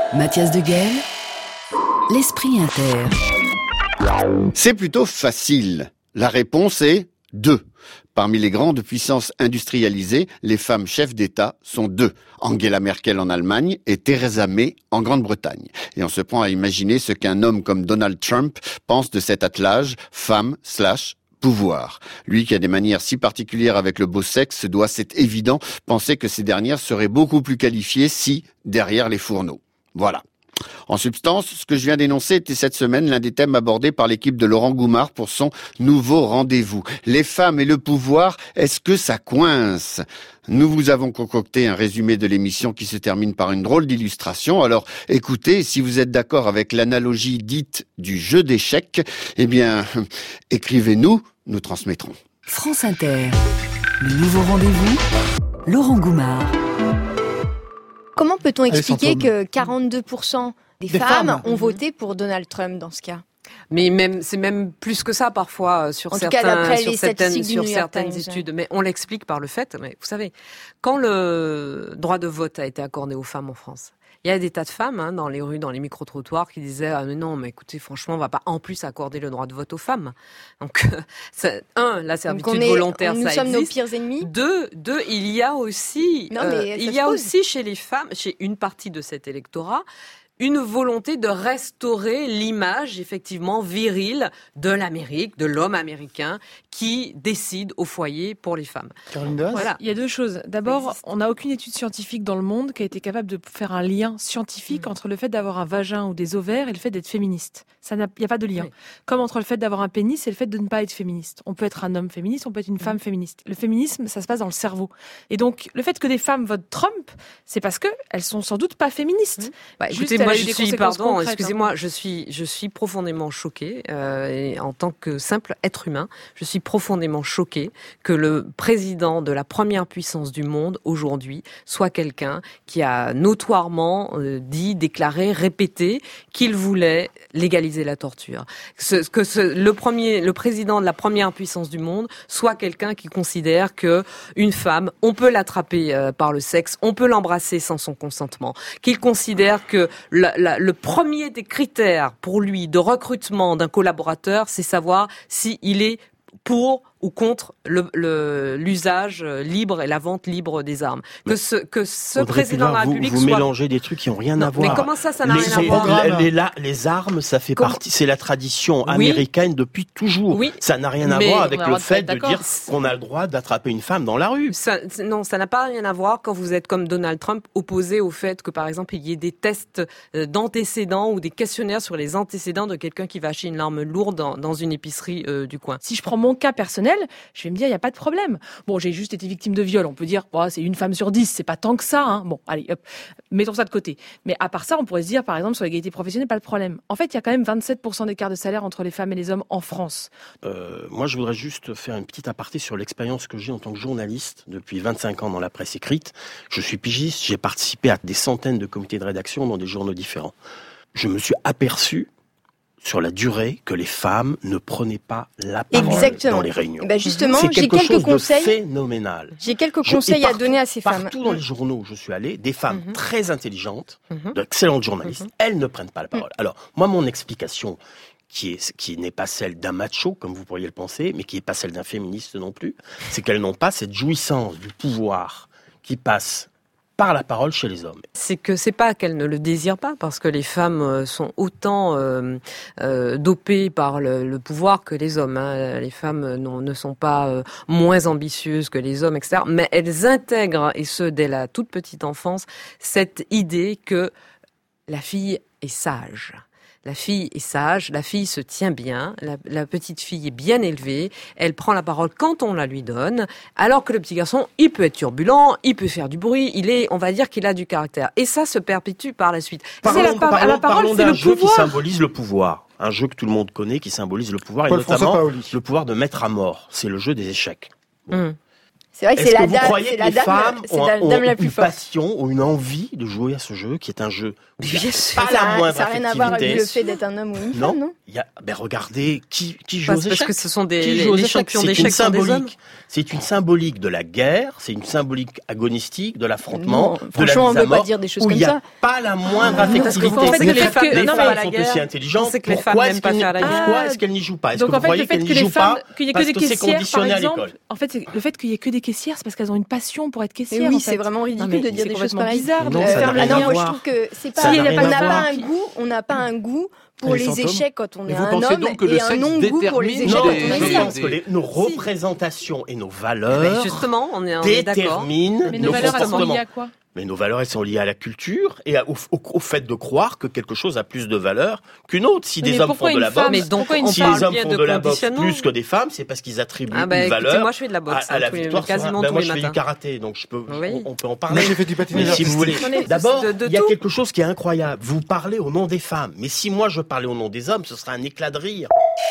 Mathias Deguel, l'esprit inter. C'est plutôt facile. La réponse est deux. Parmi les grandes puissances industrialisées, les femmes chefs d'État sont deux. Angela Merkel en Allemagne et Theresa May en Grande-Bretagne. Et on se prend à imaginer ce qu'un homme comme Donald Trump pense de cet attelage femme slash pouvoir. Lui qui a des manières si particulières avec le beau sexe doit, c'est évident, penser que ces dernières seraient beaucoup plus qualifiées si derrière les fourneaux. Voilà. En substance, ce que je viens d'énoncer était cette semaine l'un des thèmes abordés par l'équipe de Laurent Goumard pour son nouveau rendez-vous. Les femmes et le pouvoir, est-ce que ça coince ? Nous vous avons concocté un résumé de l'émission qui se termine par une drôle d'illustration. Alors écoutez, si vous êtes d'accord avec l'analogie dite du jeu d'échecs, eh bien, écrivez-nous, nous transmettrons. France Inter, le nouveau rendez-vous, Laurent Goumard. Comment peut-on Allez, expliquer Santôme. que quarante-deux pour cent des, Des femmes, femmes. ont voté pour Donald Trump dans ce cas? Mais même, c'est même plus que ça parfois euh, sur En tout cas, certains, d'après sur les certaines, statistiques du sur New York certaines Times, études. Mais on l'explique par le fait, mais vous savez, quand le droit de vote a été accordé aux femmes en France, il y a des tas de femmes hein, dans les rues, dans les micro-trottoirs qui disaient ah, mais non, mais écoutez, franchement, on va pas en plus accorder le droit de vote aux femmes. Donc, ça, un, la servitude Donc on est- volontaire, nous ça sommes nos existe. pires ennemis. Deux, deux, il y a aussi, Non, mais euh, ça il se y a pose. aussi chez les femmes, chez une partie de cet électorat, une volonté de restaurer l'image effectivement virile de l'Amérique, de l'homme américain qui décide au foyer pour les femmes. Voilà. Il y a deux choses. D'abord, on n'a aucune étude scientifique dans le monde qui a été capable de faire un lien scientifique entre le fait d'avoir un vagin ou des ovaires et le fait d'être féministe. Ça n'a- Il n'y a pas de lien. Comme entre le fait d'avoir un pénis et le fait de ne pas être féministe. On peut être un homme féministe, on peut être une femme féministe. Le féminisme, ça se passe dans le cerveau. Et donc, le fait que des femmes votent Trump, c'est parce que elles sont sans doute pas féministes. Bah, Juste, écoutez, elle moi a eu je des suis, conséquences pardon, concrètes, hein. excusez-moi, je suis, je suis profondément choquée, euh, et en tant que simple être humain, je suis profondément choquée que le président de la première puissance du monde aujourd'hui soit quelqu'un qui a notoirement euh, dit, déclaré, répété qu'il voulait légaliser la torture. Ce, que ce, le premier, le président de la première puissance du monde soit quelqu'un qui considère que une femme, on peut l'attraper euh, par le sexe, on peut l'embrasser sans son consentement, qu'il considère que la, la, le premier des critères pour lui de recrutement d'un collaborateur, c'est savoir s'il est pour ou contre le, le, l'usage libre et la vente libre des armes. Que ce, que ce Audrey président de la Pulvar, vous, République vous soit... mélangez des trucs qui n'ont rien Non, à voir. mais comment ça, ça n'a les, rien à les- voir les, les, la- les armes, ça fait Comment- partie, c'est la tradition Oui. américaine depuis toujours. Oui. Ça n'a rien à Mais voir on avec a le le droit de fait être de d'accord. dire qu'on a le droit d'attraper une femme dans la rue. Ça, c'est- non, ça n'a pas rien à voir quand vous êtes comme Donald Trump opposé au fait que, par exemple, il y ait des tests euh, d'antécédents ou des questionnaires sur les antécédents de quelqu'un qui va acheter une arme lourde dans, dans une épicerie euh, du coin. Si je prends mon cas personnel, je vais me dire, il n'y a pas de problème. Bon, j'ai juste été victime de viol. On peut dire, oh, c'est une femme sur dix, c'est pas tant que ça. Hein. Bon, allez, hop, mettons ça de côté. Mais à part ça, on pourrait se dire, par exemple, sur l'égalité professionnelle, pas de problème. En fait, il y a quand même vingt-sept pour cent d'écart de salaire entre les femmes et les hommes en France. Euh, moi, je voudrais juste faire une petite aparté sur l'expérience que j'ai en tant que journaliste depuis vingt-cinq ans dans la presse écrite. Je suis pigiste, j'ai participé à des centaines de comités de rédaction dans des journaux différents. Je me suis aperçu sur la durée que les femmes ne prenaient pas la parole Exactement. dans les réunions. Eh ben justement, c'est j'ai quelque quelques chose conseils. de phénoménal. J'ai quelques Je- conseils et à partout- donner à ces femmes. Partout dans les journaux où je suis allé, des femmes Mhm. très intelligentes, Mhm. d'excellentes journalistes, Mhm. elles ne prennent pas la parole. Alors, moi, mon explication, qui est, qui n'est pas celle d'un macho, comme vous pourriez le penser, mais qui n'est pas celle d'un féministe non plus, c'est qu'elles n'ont pas cette jouissance du pouvoir qui passe par la parole chez les hommes. C'est que c'est pas qu'elles ne le désirent pas, parce que les femmes euh, sont autant euh, euh, dopées par le, le pouvoir que les hommes. Hein. Les femmes euh, non, ne sont pas euh, moins ambitieuses que les hommes, et cetera. Mais elles intègrent, et ce dès la toute petite enfance, cette idée que la fille est sage. La fille est sage, la fille se tient bien, la, la petite fille est bien élevée, elle prend la parole quand on la lui donne, alors que le petit garçon, il peut être turbulent, il peut faire du bruit, il est, on va dire qu'il a du caractère. Et ça se perpétue par la suite. Parlons, c'est la, par- parlons- la parole, parlons c'est d'un le jeu pouvoir. qui symbolise le pouvoir. Un jeu que tout le monde connaît, qui symbolise le pouvoir, Paul et notamment François Paoli. le pouvoir de mettre à mort. C'est le jeu des échecs. Hum. C'est vrai que Est-ce c'est que la vous dame, croyez c'est que la les dame, femmes c'est ont, la ont dame la plus une forte. passion ou une envie de jouer à ce jeu qui est un jeu où il n'y a Bien sûr. pas Ça la a- moindre ça n'a rien à voir avec affectivité. le fait d'être un homme ou une Non, femme, non il y a, ben regardez qui, qui joue Parce- aux parce échecs. que ce sont des- Qui les- joue aux les échecs champions C'est d'échecs une sont des hommes. symbolique. C'est une symbolique de la guerre, c'est une symbolique agonistique de l'affrontement, Non, de la franchement, on mise à peut pas mort, dire des choses où comme il n'y a ça. pas la moindre Ah, affectivité. parce que vous pensez que les les femmes, femmes- les non, femmes mais- sont aussi intelligentes. pensez que les Pourquoi femmes est-ce n'aiment pas qu'elles- faire la guerre. Pourquoi est-ce qu'elles n'y jouent pas Est-ce Donc que vous en fait, croyez le fait qu'elles que n'y les jouent femmes, pas qu'il y ait que parce des que c'est caissières, par conditionné à exemple, l'école en fait, c'est le fait qu'il y ait que des caissières, c'est parce qu'elles ont une passion pour être caissières. Mais oui, en c'est fait. vraiment ridicule Non, mais de dire c'est des choses complètement pareilles. bizarre de Non, faire ça n'a le rien Ah à non, moi je voir. trouve que c'est Ça pas, n'a on rien à n'a pas voir. un goût, on n'a pas un goût pour Les les fantômes. échecs quand on Mais est vous un pensez homme donc que le et un sexe non-goût pour les détermine échecs Non, quand les- on est je une des- femme. pense que les- nos représentations et nos Ben, valeurs justement, on est, on est d'accord. déterminent Mais nos nos valeurs, elles sont comportements. liées à quoi? Mais nos valeurs, elles sont liées à la culture et à- au, au- au fait de croire que quelque chose a plus de valeur qu'une autre. Si Mais des hommes pourquoi font de une la femme- boxe, Mais donc, Pourquoi une si femme les hommes bien font de de la boxe conditionnement. plus que des femmes, c'est parce qu'ils attribuent Ah bah, une écoutez, valeur moi, je fais de la boxe, à, à la hein, tous les- victoire. sur un- quasiment ben, tous moi, les je fais du matins. karaté, donc je peux, Oui. on, on peut en parler. Moi, j'ai fait du patinage Mais si vous voulez, artistique. d'abord, De- de il y a tout. quelque chose qui est incroyable. Vous parlez au nom des femmes, mais si moi je parlais au nom des hommes, ce serait un éclat de rire.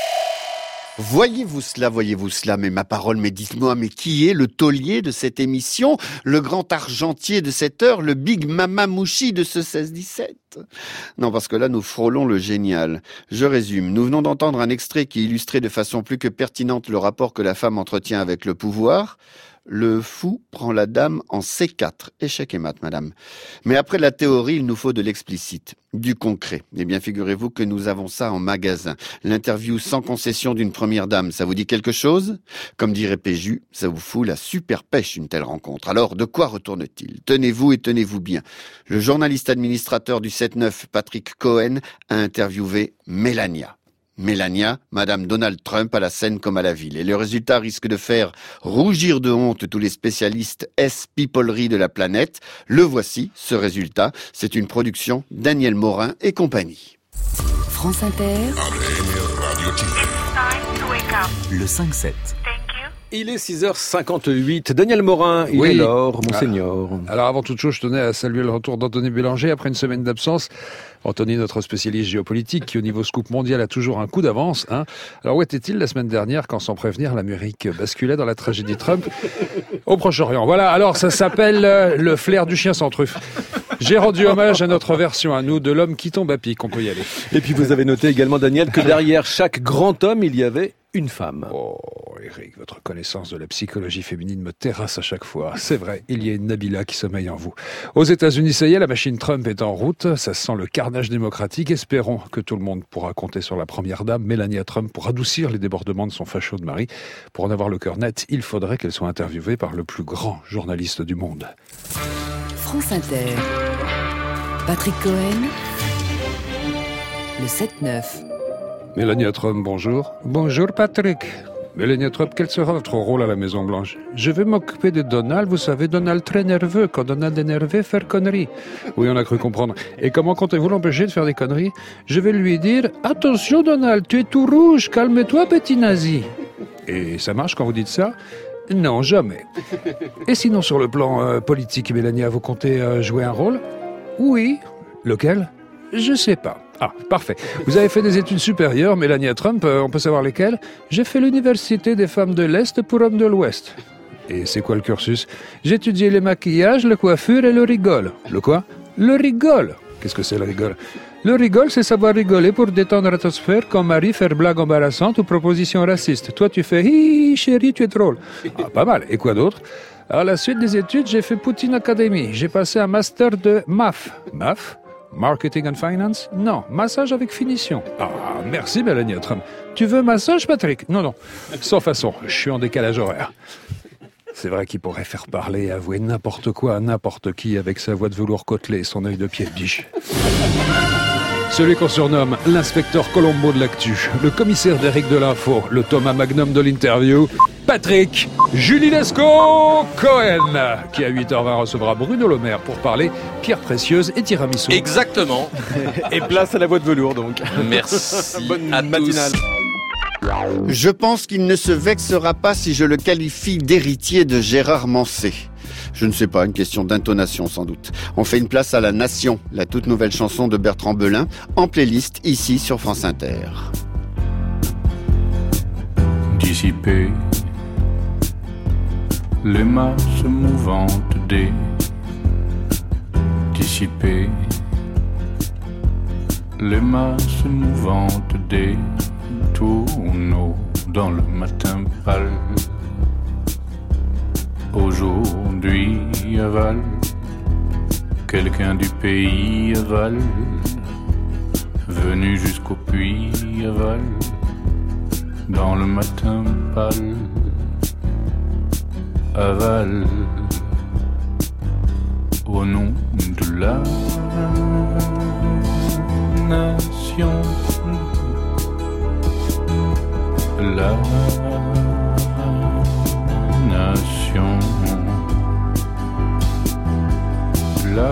Voyez-vous cela, voyez-vous cela, mais ma parole, mais dites-moi, mais qui est le taulier de cette émission, le grand argentier de cette heure, le big mama mouchi de ce seize dix-sept? Non, parce que là, nous frôlons le génial. Je résume. Nous venons d'entendre un extrait qui illustrait de façon plus que pertinente le rapport que la femme entretient avec le pouvoir. Le fou prend la dame en C quatre. Échec et mat, madame. Mais après la théorie, il nous faut de l'explicite, du concret. Eh bien, figurez-vous que nous avons ça en magasin. L'interview sans concession d'une première dame, ça vous dit quelque chose? Comme dirait Péju, ça vous fout la super pêche, une telle rencontre. Alors, de quoi retourne-t-il? Tenez-vous et tenez-vous bien. Le journaliste administrateur du sept neuf, Patrick Cohen, a interviewé Mélania. Mélania, Madame Donald Trump à la scène comme à la ville. Et le résultat risque de faire rougir de honte tous les spécialistes S-Peoplerie de la planète. Le voici, ce résultat. C'est une production Daniel Morin et compagnie. France Inter, Le cinq sept. Il est six heures cinquante-huit. Daniel Morin, il Oui. est l'or, monseigneur. Alors avant toute chose, je tenais à saluer le retour d'Anthony Bélanger après une semaine d'absence. Anthony, notre spécialiste géopolitique, qui au niveau scoop mondial a toujours un coup d'avance. Hein. Alors où était-il la semaine dernière quand, sans prévenir, l'Amérique basculait dans la tragédie Trump au Proche-Orient? Voilà, alors ça s'appelle euh, le flair du chien sans truffe. J'ai rendu hommage à notre version, à nous, de l'homme qui tombe à pic. On peut y aller. Et puis vous avez noté également, Daniel, que derrière chaque grand homme, il y avait une femme. Oh, Eric, votre connaissance de la psychologie féminine me terrasse à chaque fois. C'est vrai, il y a une Nabila qui sommeille en vous. Aux États-Unis, ça y est, la machine Trump est en route. Ça sent le carnage démocratique. Espérons que tout le monde pourra compter sur la première dame, Melania Trump, pour adoucir les débordements de son facho de mari. Pour en avoir le cœur net, il faudrait qu'elle soit interviewée par le plus grand journaliste du monde. France Inter, Patrick Cohen, le sept neuf. Melania Trump, bonjour. Bonjour Patrick. Melania Trump, quel sera votre rôle à la Maison Blanche? Je vais m'occuper de Donald. Vous savez, Donald très nerveux. Quand Donald est énervé, faire conneries. Oui, on a cru comprendre. Et comment comptez-vous l'empêcher de faire des conneries? Je vais lui dire, attention Donald, tu es tout rouge, calme-toi petit nazi. Et ça marche quand vous dites ça? Non, jamais. Et sinon, sur le plan euh, politique, Melania, vous comptez euh, jouer un rôle? Oui. Lequel? Je sais pas. Ah, parfait. Vous avez fait des études supérieures, Melania Trump, euh, on peut savoir lesquelles? J'ai fait l'université des femmes de l'Est pour hommes de l'Ouest. Et c'est quoi le cursus? J'ai étudié les maquillages, la coiffure et le rigole. Le quoi? Le rigole. Qu'est-ce que c'est le rigole? Le rigole, c'est savoir rigoler pour détendre l'atmosphère quand Marie fait blague embarrassante ou proposition raciste. Toi, tu fais « Hi, chérie, tu es drôle ». Ah, pas mal. Et quoi d'autre? À la suite des études, j'ai fait Poutine Academy. J'ai passé un master de M A F. M A F? Marketing and Finance? Non, massage avec finition. Ah, merci Melania Trump. Tu veux massage, Patrick? Non, non. Sans façon, je suis en décalage horaire. C'est vrai qu'il pourrait faire parler et avouer n'importe quoi à n'importe qui avec sa voix de velours côtelé et son œil de pied de biche. Celui qu'on surnomme l'inspecteur Colombo de l'actu, le commissaire d'Éric de l'info, le Thomas Magnum de l'interview, Patrick Julie Lescaut Cohen, qui à huit heures vingt recevra Bruno Le Maire pour parler pierre précieuse et tiramisu. Exactement. Et place à la voix de velours, donc. Merci Bonne à matinale. tous. Je pense qu'il ne se vexera pas si je le qualifie d'héritier de Gérard Manset. Je ne sais pas, une question d'intonation sans doute. On fait une place à La Nation, la toute nouvelle chanson de Bertrand Belin, en playlist ici sur France Inter. Dissipé les masses mouvantes des dissipées, les masses mouvantes des tourneaux dans le matin pâle. Aujourd'hui avale, quelqu'un du pays avale, venu jusqu'au puits avale, dans le matin pâle, avale, au nom de la nation, la nation, la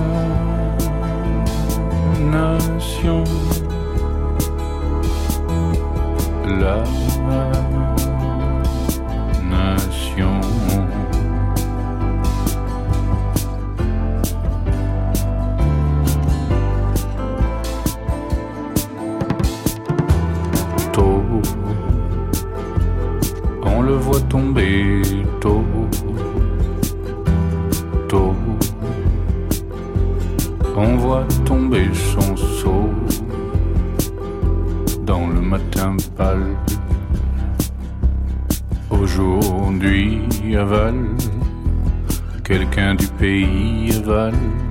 nation, la nation. Tôt, on le voit tomber tôt, tôt, on voit tomber son seau dans le matin pâle. Aujourd'hui avale, quelqu'un du pays avale,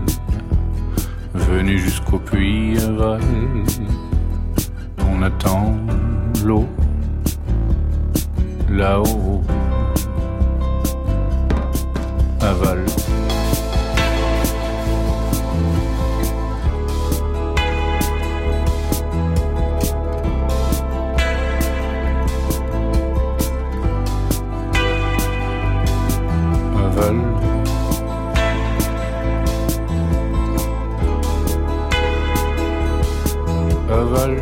venu jusqu'au puits avale, on attend l'eau là-haut, avale. Avale. Avale.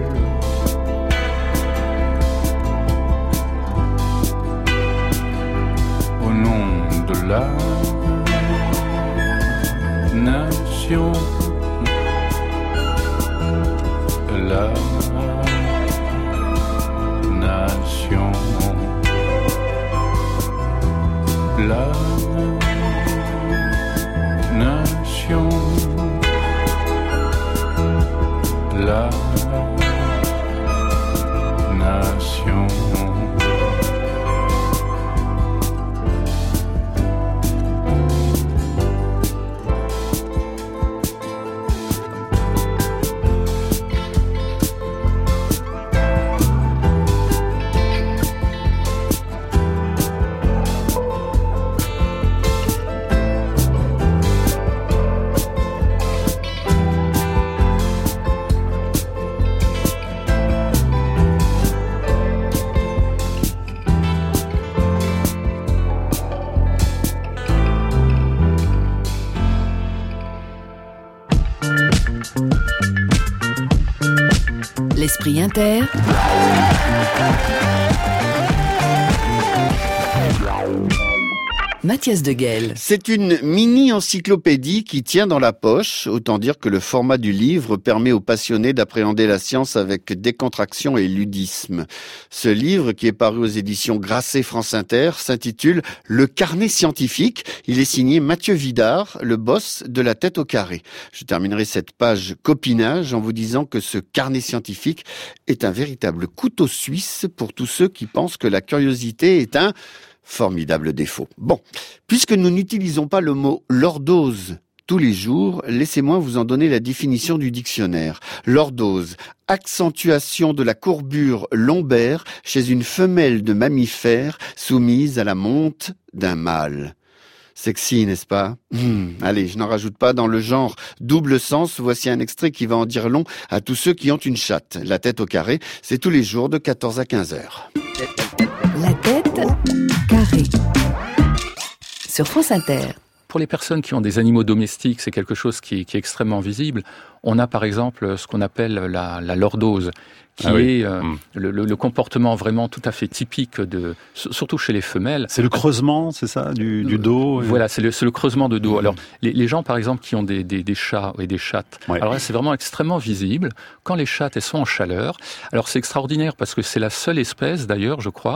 Au nom de la nation, la nation, la nation, la nation. L'esprit inter. Mathias Deguel. C'est une mini-encyclopédie qui tient dans la poche. Autant dire que le format du livre permet aux passionnés d'appréhender la science avec décontraction et ludisme. Ce livre, qui est paru aux éditions Grasset France Inter, s'intitule « Le carnet scientifique ». Il est signé Mathieu Vidard, le boss de La Tête au Carré. Je terminerai cette page copinage en vous disant que ce carnet scientifique est un véritable couteau suisse pour tous ceux qui pensent que la curiosité est un formidable défaut. Bon, puisque nous n'utilisons pas le mot lordose tous les jours, laissez-moi vous en donner la définition du dictionnaire. Lordose, accentuation de la courbure lombaire chez une femelle de mammifère soumise à la monte d'un mâle. Sexy, n'est-ce pas ? mmh, Allez, je n'en rajoute pas dans le genre double sens. Voici un extrait qui va en dire long à tous ceux qui ont une chatte. La Tête au Carré, c'est tous les jours de quatorze à quinze heures. La Tête carrée. Sur France Inter. Pour les personnes qui ont des animaux domestiques, c'est quelque chose qui, qui est extrêmement visible. On a par exemple ce qu'on appelle la, la lordose, qui ah oui. est euh, mmh. le, le, le comportement vraiment tout à fait typique, de, surtout chez les femelles. C'est le creusement, c'est ça, du, du dos et... Voilà, c'est le, c'est le creusement de dos. Mmh. Alors, les, les gens, par exemple, qui ont des, des, des chats et des chattes, ouais. alors là, c'est vraiment extrêmement visible. Quand les chattes, elles sont en chaleur, alors c'est extraordinaire parce que c'est la seule espèce, d'ailleurs, je crois,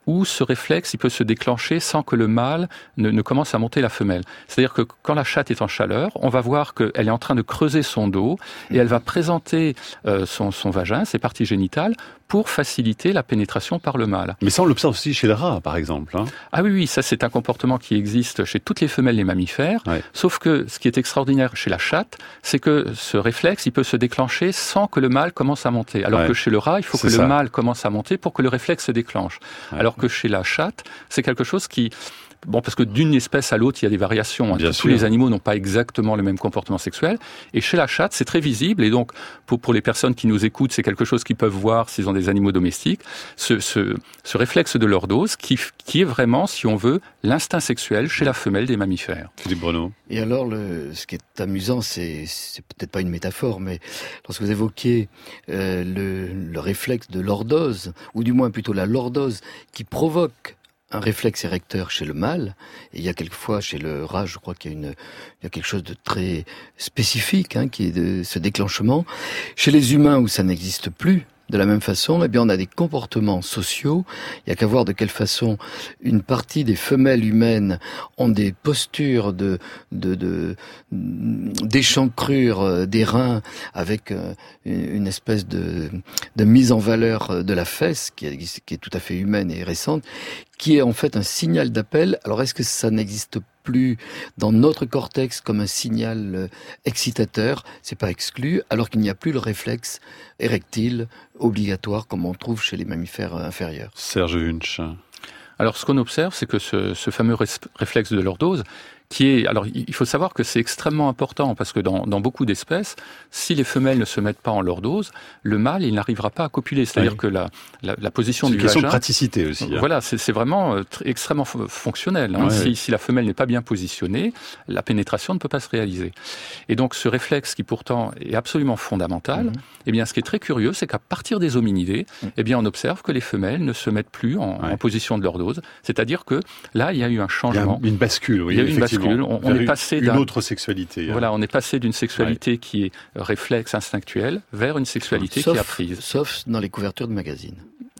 où ce réflexe il peut se déclencher sans que le mâle ne, ne commence à monter la femelle. C'est-à-dire que quand la chatte est en chaleur, on va voir qu'elle est en train de creuser son dos et elle va présenter euh, son, son vagin, ses parties génitales, pour faciliter la pénétration par le mâle. Mais ça, on l'observe aussi chez le rat, par exemple. Hein. Ah oui, oui, ça c'est un comportement qui existe chez toutes les femelles des mammifères, ouais. Sauf que ce qui est extraordinaire chez la chatte, c'est que ce réflexe, il peut se déclencher sans que le mâle commence à monter. Alors ouais. que chez le rat, il faut c'est que ça. le mâle commence à monter pour que le réflexe se déclenche. Ouais. Alors que chez la chatte, c'est quelque chose qui... Bon, parce que d'une espèce à l'autre, il y a des variations. Hein. Tous sûr. les animaux n'ont pas exactement le même comportement sexuel. Et chez la chatte, c'est très visible. Et donc, pour, pour les personnes qui nous écoutent, c'est quelque chose qu'ils peuvent voir s'ils ont des animaux domestiques. Ce, ce, ce réflexe de lordose qui, qui est vraiment, si on veut, l'instinct sexuel chez la femelle des mammifères. Philippe Bruno. Et alors, le, ce qui est amusant, c'est, c'est peut-être pas une métaphore, mais lorsque vous évoquez euh, le, le réflexe de lordose, ou du moins plutôt la lordose, qui provoque un réflexe érecteur chez le mâle, et il y a quelquefois chez le rat, je crois qu'il y a, une, il y a quelque chose de très spécifique, hein, qui est de ce déclenchement. Chez les humains où ça n'existe plus, de la même façon, eh bien, on a des comportements sociaux. Il y a qu'à voir de quelle façon une partie des femelles humaines ont des postures de, de, de, d'échancrure des reins avec une espèce de, de mise en valeur de la fesse qui est, qui est tout à fait humaine et récente, qui est en fait un signal d'appel. Alors, est-ce que ça n'existe plus dans notre cortex comme un signal excitateur? C'est pas exclu, alors qu'il n'y a plus le réflexe érectile obligatoire comme on trouve chez les mammifères inférieurs. Serge Wunsch. Alors, ce qu'on observe, c'est que ce, ce fameux réflexe de lordose, qui est, alors il faut savoir que c'est extrêmement important parce que dans, dans beaucoup d'espèces, si les femelles ne se mettent pas en lordose, le mâle il n'arrivera pas à copuler. C'est-à-dire oui. que la, la, la position du vagin, c'est une question de praticité aussi. Hein. Voilà, c'est, c'est vraiment euh, très, extrêmement f- fonctionnel. Hein. Ouais, si, ouais. si la femelle n'est pas bien positionnée, la pénétration ne peut pas se réaliser. Et donc ce réflexe qui pourtant est absolument fondamental, mm-hmm. eh bien ce qui est très curieux, c'est qu'à partir des hominidés, mm. eh bien on observe que les femelles ne se mettent plus en, ouais. en position de lordose. C'est-à-dire que là il y a eu un changement. Il y a une bascule. Oui, il y a eu une bascule. On, on est passé une d'un, autre sexualité. Voilà, hein. on est passé d'une sexualité ouais. qui est réflexe instinctuelle vers une sexualité sauf, qui est apprise. Sauf dans les couvertures de magazines.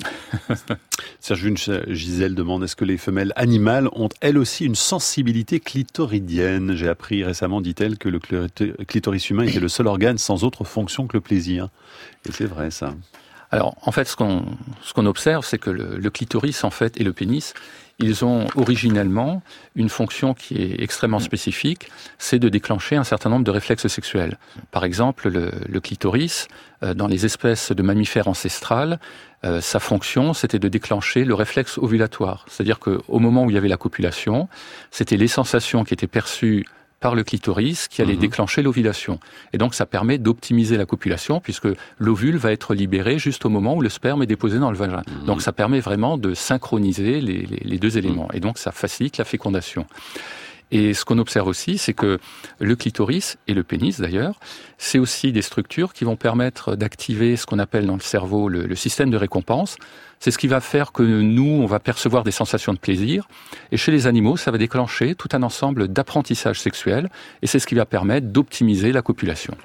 Serge Wunsch, Gisèle demande, est-ce que les femelles animales ont elles aussi une sensibilité clitoridienne? J'ai appris récemment, dit-elle, que le clitoris humain était le seul organe sans autre fonction que le plaisir. Et c'est vrai, ça. Alors, en fait, ce qu'on, ce qu'on observe, c'est que le, le clitoris, en fait, et le pénis, ils ont originellement une fonction qui est extrêmement spécifique, c'est de déclencher un certain nombre de réflexes sexuels. Par exemple, le, le clitoris, euh, dans les espèces de mammifères ancestrales, euh, sa fonction, c'était de déclencher le réflexe ovulatoire. C'est-à-dire qu'au moment où il y avait la copulation, c'était les sensations qui étaient perçues par le clitoris qui allait mmh. déclencher l'ovulation. Et donc ça permet d'optimiser la copulation puisque l'ovule va être libéré juste au moment où le sperme est déposé dans le vagin. Mmh. Donc ça permet vraiment de synchroniser les, les, les deux éléments. Mmh. Et donc ça facilite la fécondation. Et ce qu'on observe aussi, c'est que le clitoris, et le pénis d'ailleurs, c'est aussi des structures qui vont permettre d'activer ce qu'on appelle dans le cerveau le, le système de récompense. C'est ce qui va faire que nous, on va percevoir des sensations de plaisir. Et chez les animaux, ça va déclencher tout un ensemble d'apprentissages sexuels. Et c'est ce qui va permettre d'optimiser la copulation.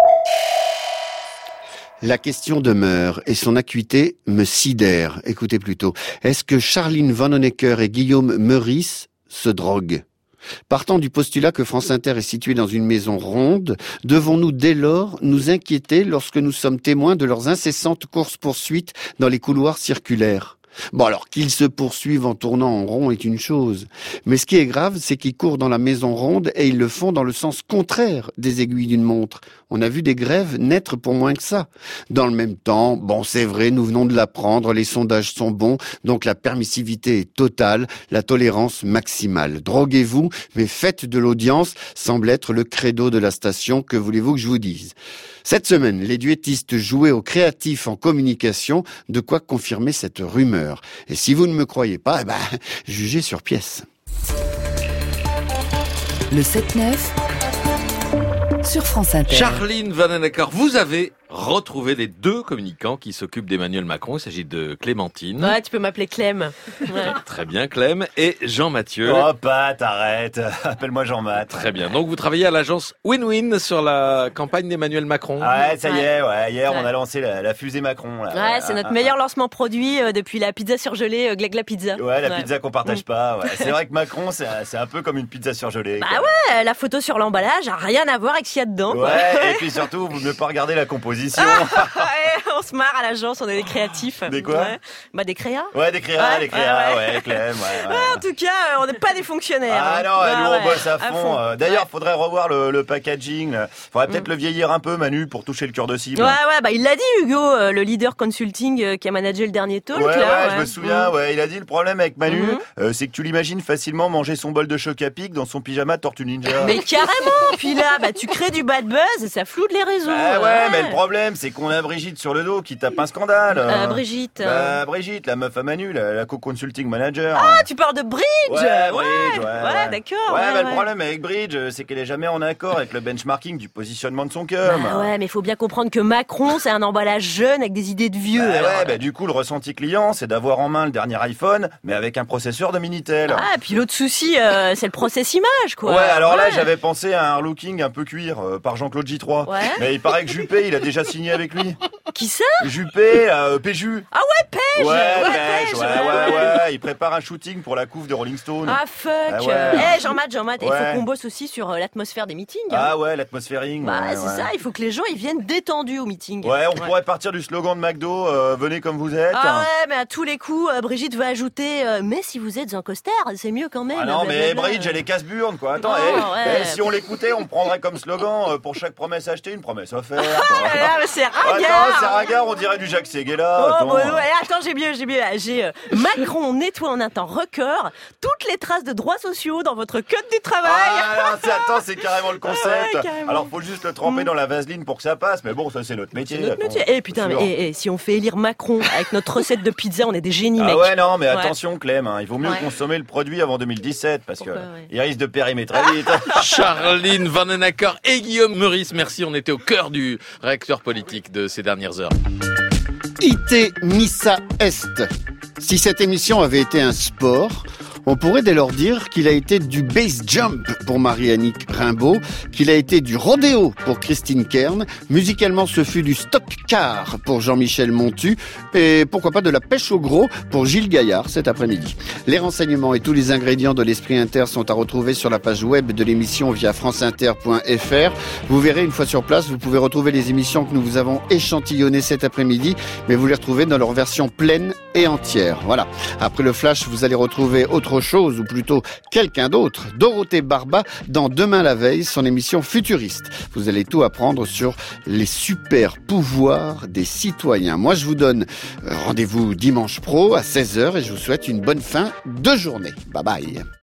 La question demeure et son acuité me sidère. Écoutez plutôt. Est-ce que Charline Vanhoenacker et Guillaume Meurice se droguent ? Partant du postulat que France Inter est située dans une maison ronde, devons-nous dès lors nous inquiéter lorsque nous sommes témoins de leurs incessantes courses-poursuites dans les couloirs circulaires ? Bon, alors, qu'ils se poursuivent en tournant en rond est une chose. Mais ce qui est grave, c'est qu'ils courent dans la maison ronde et ils le font dans le sens contraire des aiguilles d'une montre. On a vu des grèves naître pour moins que ça. Dans le même temps, bon, c'est vrai, nous venons de l'apprendre, les sondages sont bons, donc la permissivité est totale, la tolérance maximale. Droguez-vous, mais faites de l'audience, semble être le credo de la station, que voulez-vous que je vous dise ? Cette semaine, les duettistes jouaient au créatif en communication, de quoi confirmer cette rumeur. Et si vous ne me croyez pas, eh ben, jugez sur pièce. Le sept neuf sur France Inter. Charline Vanhoenacker, vous avez retrouver les deux communicants qui s'occupent d'Emmanuel Macron. Il s'agit de Clémentine. Ouais, tu peux m'appeler Clem. Ouais. Très bien, Clem. Et Jean-Mathieu. Oh, Pat, arrête. Appelle-moi Jean-Math. Très bien. Donc, vous travaillez à l'agence Win-Win sur la campagne d'Emmanuel Macron. Ouais, ça y est, ouais. Hier, Ouais. on a lancé la, la fusée Macron. Là. Ouais, c'est notre meilleur lancement produit euh, depuis la pizza surgelée euh, Glegla Pizza. Ouais, la pizza qu'on partage pas. Ouais. C'est vrai que Macron, c'est un, c'est un peu comme une pizza surgelée. Bah ouais, la photo sur l'emballage a rien à voir avec ce qu'il y a dedans. Ouais, quoi. et puis surtout, vous ne pas regarder la composition. Ouais, on se marre à l'agence, on est des créatifs. Des quoi ouais. Bah des créas. Ouais, des créas, Ouais, des créas, ouais, ouais, ouais. Clem, ouais, ouais. Ouais, en tout cas, euh, on n'est pas des fonctionnaires. Ah hein. non, Ouais, nous on ouais, bosse à fond. Euh, D'ailleurs, Ouais. faudrait revoir le, le packaging. Faudrait peut-être Mm. le vieillir un peu, Manu, pour toucher le cœur de cible. Ouais, ouais, bah il l'a dit, Hugo, euh, le leader consulting euh, qui a managé le dernier talk. Ouais, là, ouais, je me souviens, Mm. ouais, il a dit le problème avec Manu, Mhm. euh, c'est que tu l'imagines facilement manger son bol de choc à pic dans son pyjama Tortue Ninja. Mais carrément. Puis là, bah tu crées du bad buzz et ça floute les réseaux. Ah ouais, mais le problème, c'est qu'on a Brigitte sur le dos qui tape un scandale. Euh, Brigitte. Bah, Brigitte, la meuf à Manu, la, la co-consulting manager. Ah, tu parles de Bridge. Ouais, Bridge, ouais. Ouais, d'accord. Ouais, ouais, mais le ouais. problème avec Bridge, c'est qu'elle est jamais en accord avec le benchmarking du positionnement de son cum. Bah ouais, mais il faut bien comprendre que Macron, c'est un emballage jeune avec des idées de vieux. Bah alors. ouais, bah du coup, le ressenti client, c'est d'avoir en main le dernier iPhone, mais avec un processeur de Minitel. Ah, puis l'autre souci, euh, c'est le process image, quoi. Ouais, alors là, Ouais. j'avais pensé à un looking un peu cuir euh, par Jean-Claude J trois. Ouais. Mais il paraît que Juppé, il a déjà signé avec lui. Qui ça Juppé, euh, Péju. Ah ouais, Pêche. Ouais, ouais, Pêche, Pêche, ouais, ouais, ouais. Il prépare un shooting pour la couve de Rolling Stone. Ah fuck. Ah Eh, ouais. Jean-Math, Jean-Math, il Ouais. faut qu'on bosse aussi sur euh, l'atmosphère des meetings. hein. Ah ouais, l'atmosphérique. Bah, ouais, c'est ouais. ça, il faut que les gens ils viennent détendus au meeting. Ouais, on pourrait partir du slogan de McDo, euh, venez comme vous êtes. Ah ouais, mais à tous les coups, euh, Brigitte va ajouter euh, mais si vous êtes en costard, c'est mieux quand même. Ah non, mais blablabla. Bridge, elle est casse-burne, quoi. Attends, Oh, eh, ouais. eh, si on l'écoutait, on prendrait comme slogan euh, pour chaque promesse achetée, une promesse offerte. Ah là là, mais c'est ringard. Attends, c'est ringard, on dirait du Jacques Seguela. Oh, attends. bon, ouais, attends, j'ai mieux, j'ai mieux. J'ai euh, Macron nettoie en un temps record toutes les traces de droits sociaux dans votre code du travail. Ah, non, c'est- attends, c'est carrément le concept. Ah ouais, carrément. Alors, faut juste le tremper dans la vaseline pour que ça passe. Mais bon, ça, c'est notre métier. Notre attends. métier. Eh putain, mais Sûr. eh, eh, si on fait élire Macron avec notre recette de pizza, on est des génies, mec. Ah ouais, non, mais Ouais. attention, Clem, hein, il vaut mieux Ouais. consommer le produit avant deux mille dix-sept parce que Pourquoi, ouais. il risque de périmer très vite. Charline Vanhoenacker et Guillaume Meurice, merci. On était au cœur du réacteur politique de ces dernières heures. Ite missa est. Si cette émission avait été un sport, on pourrait dès lors dire qu'il a été du base jump pour Marie-Annick Rimbaud, qu'il a été du rodéo pour Christine Kern, musicalement ce fut du stock car pour Jean-Michel Montu, et pourquoi pas de la pêche au gros pour Gilles Gaillard cet après-midi. Les renseignements et tous les ingrédients de l'Esprit Inter sont à retrouver sur la page web de l'émission via franceinter point f r. Vous verrez, une fois sur place, vous pouvez retrouver les émissions que nous vous avons échantillonnées cet après-midi, mais vous les retrouvez dans leur version pleine et entière. Voilà. Après le flash, vous allez retrouver autre chose, ou plutôt quelqu'un d'autre, Dorothée Barba, dans Demain la veille, son émission futuriste. Vous allez tout apprendre sur les super pouvoirs des citoyens. Moi, je vous donne rendez-vous dimanche pro à seize heures et je vous souhaite une bonne fin de journée. Bye bye.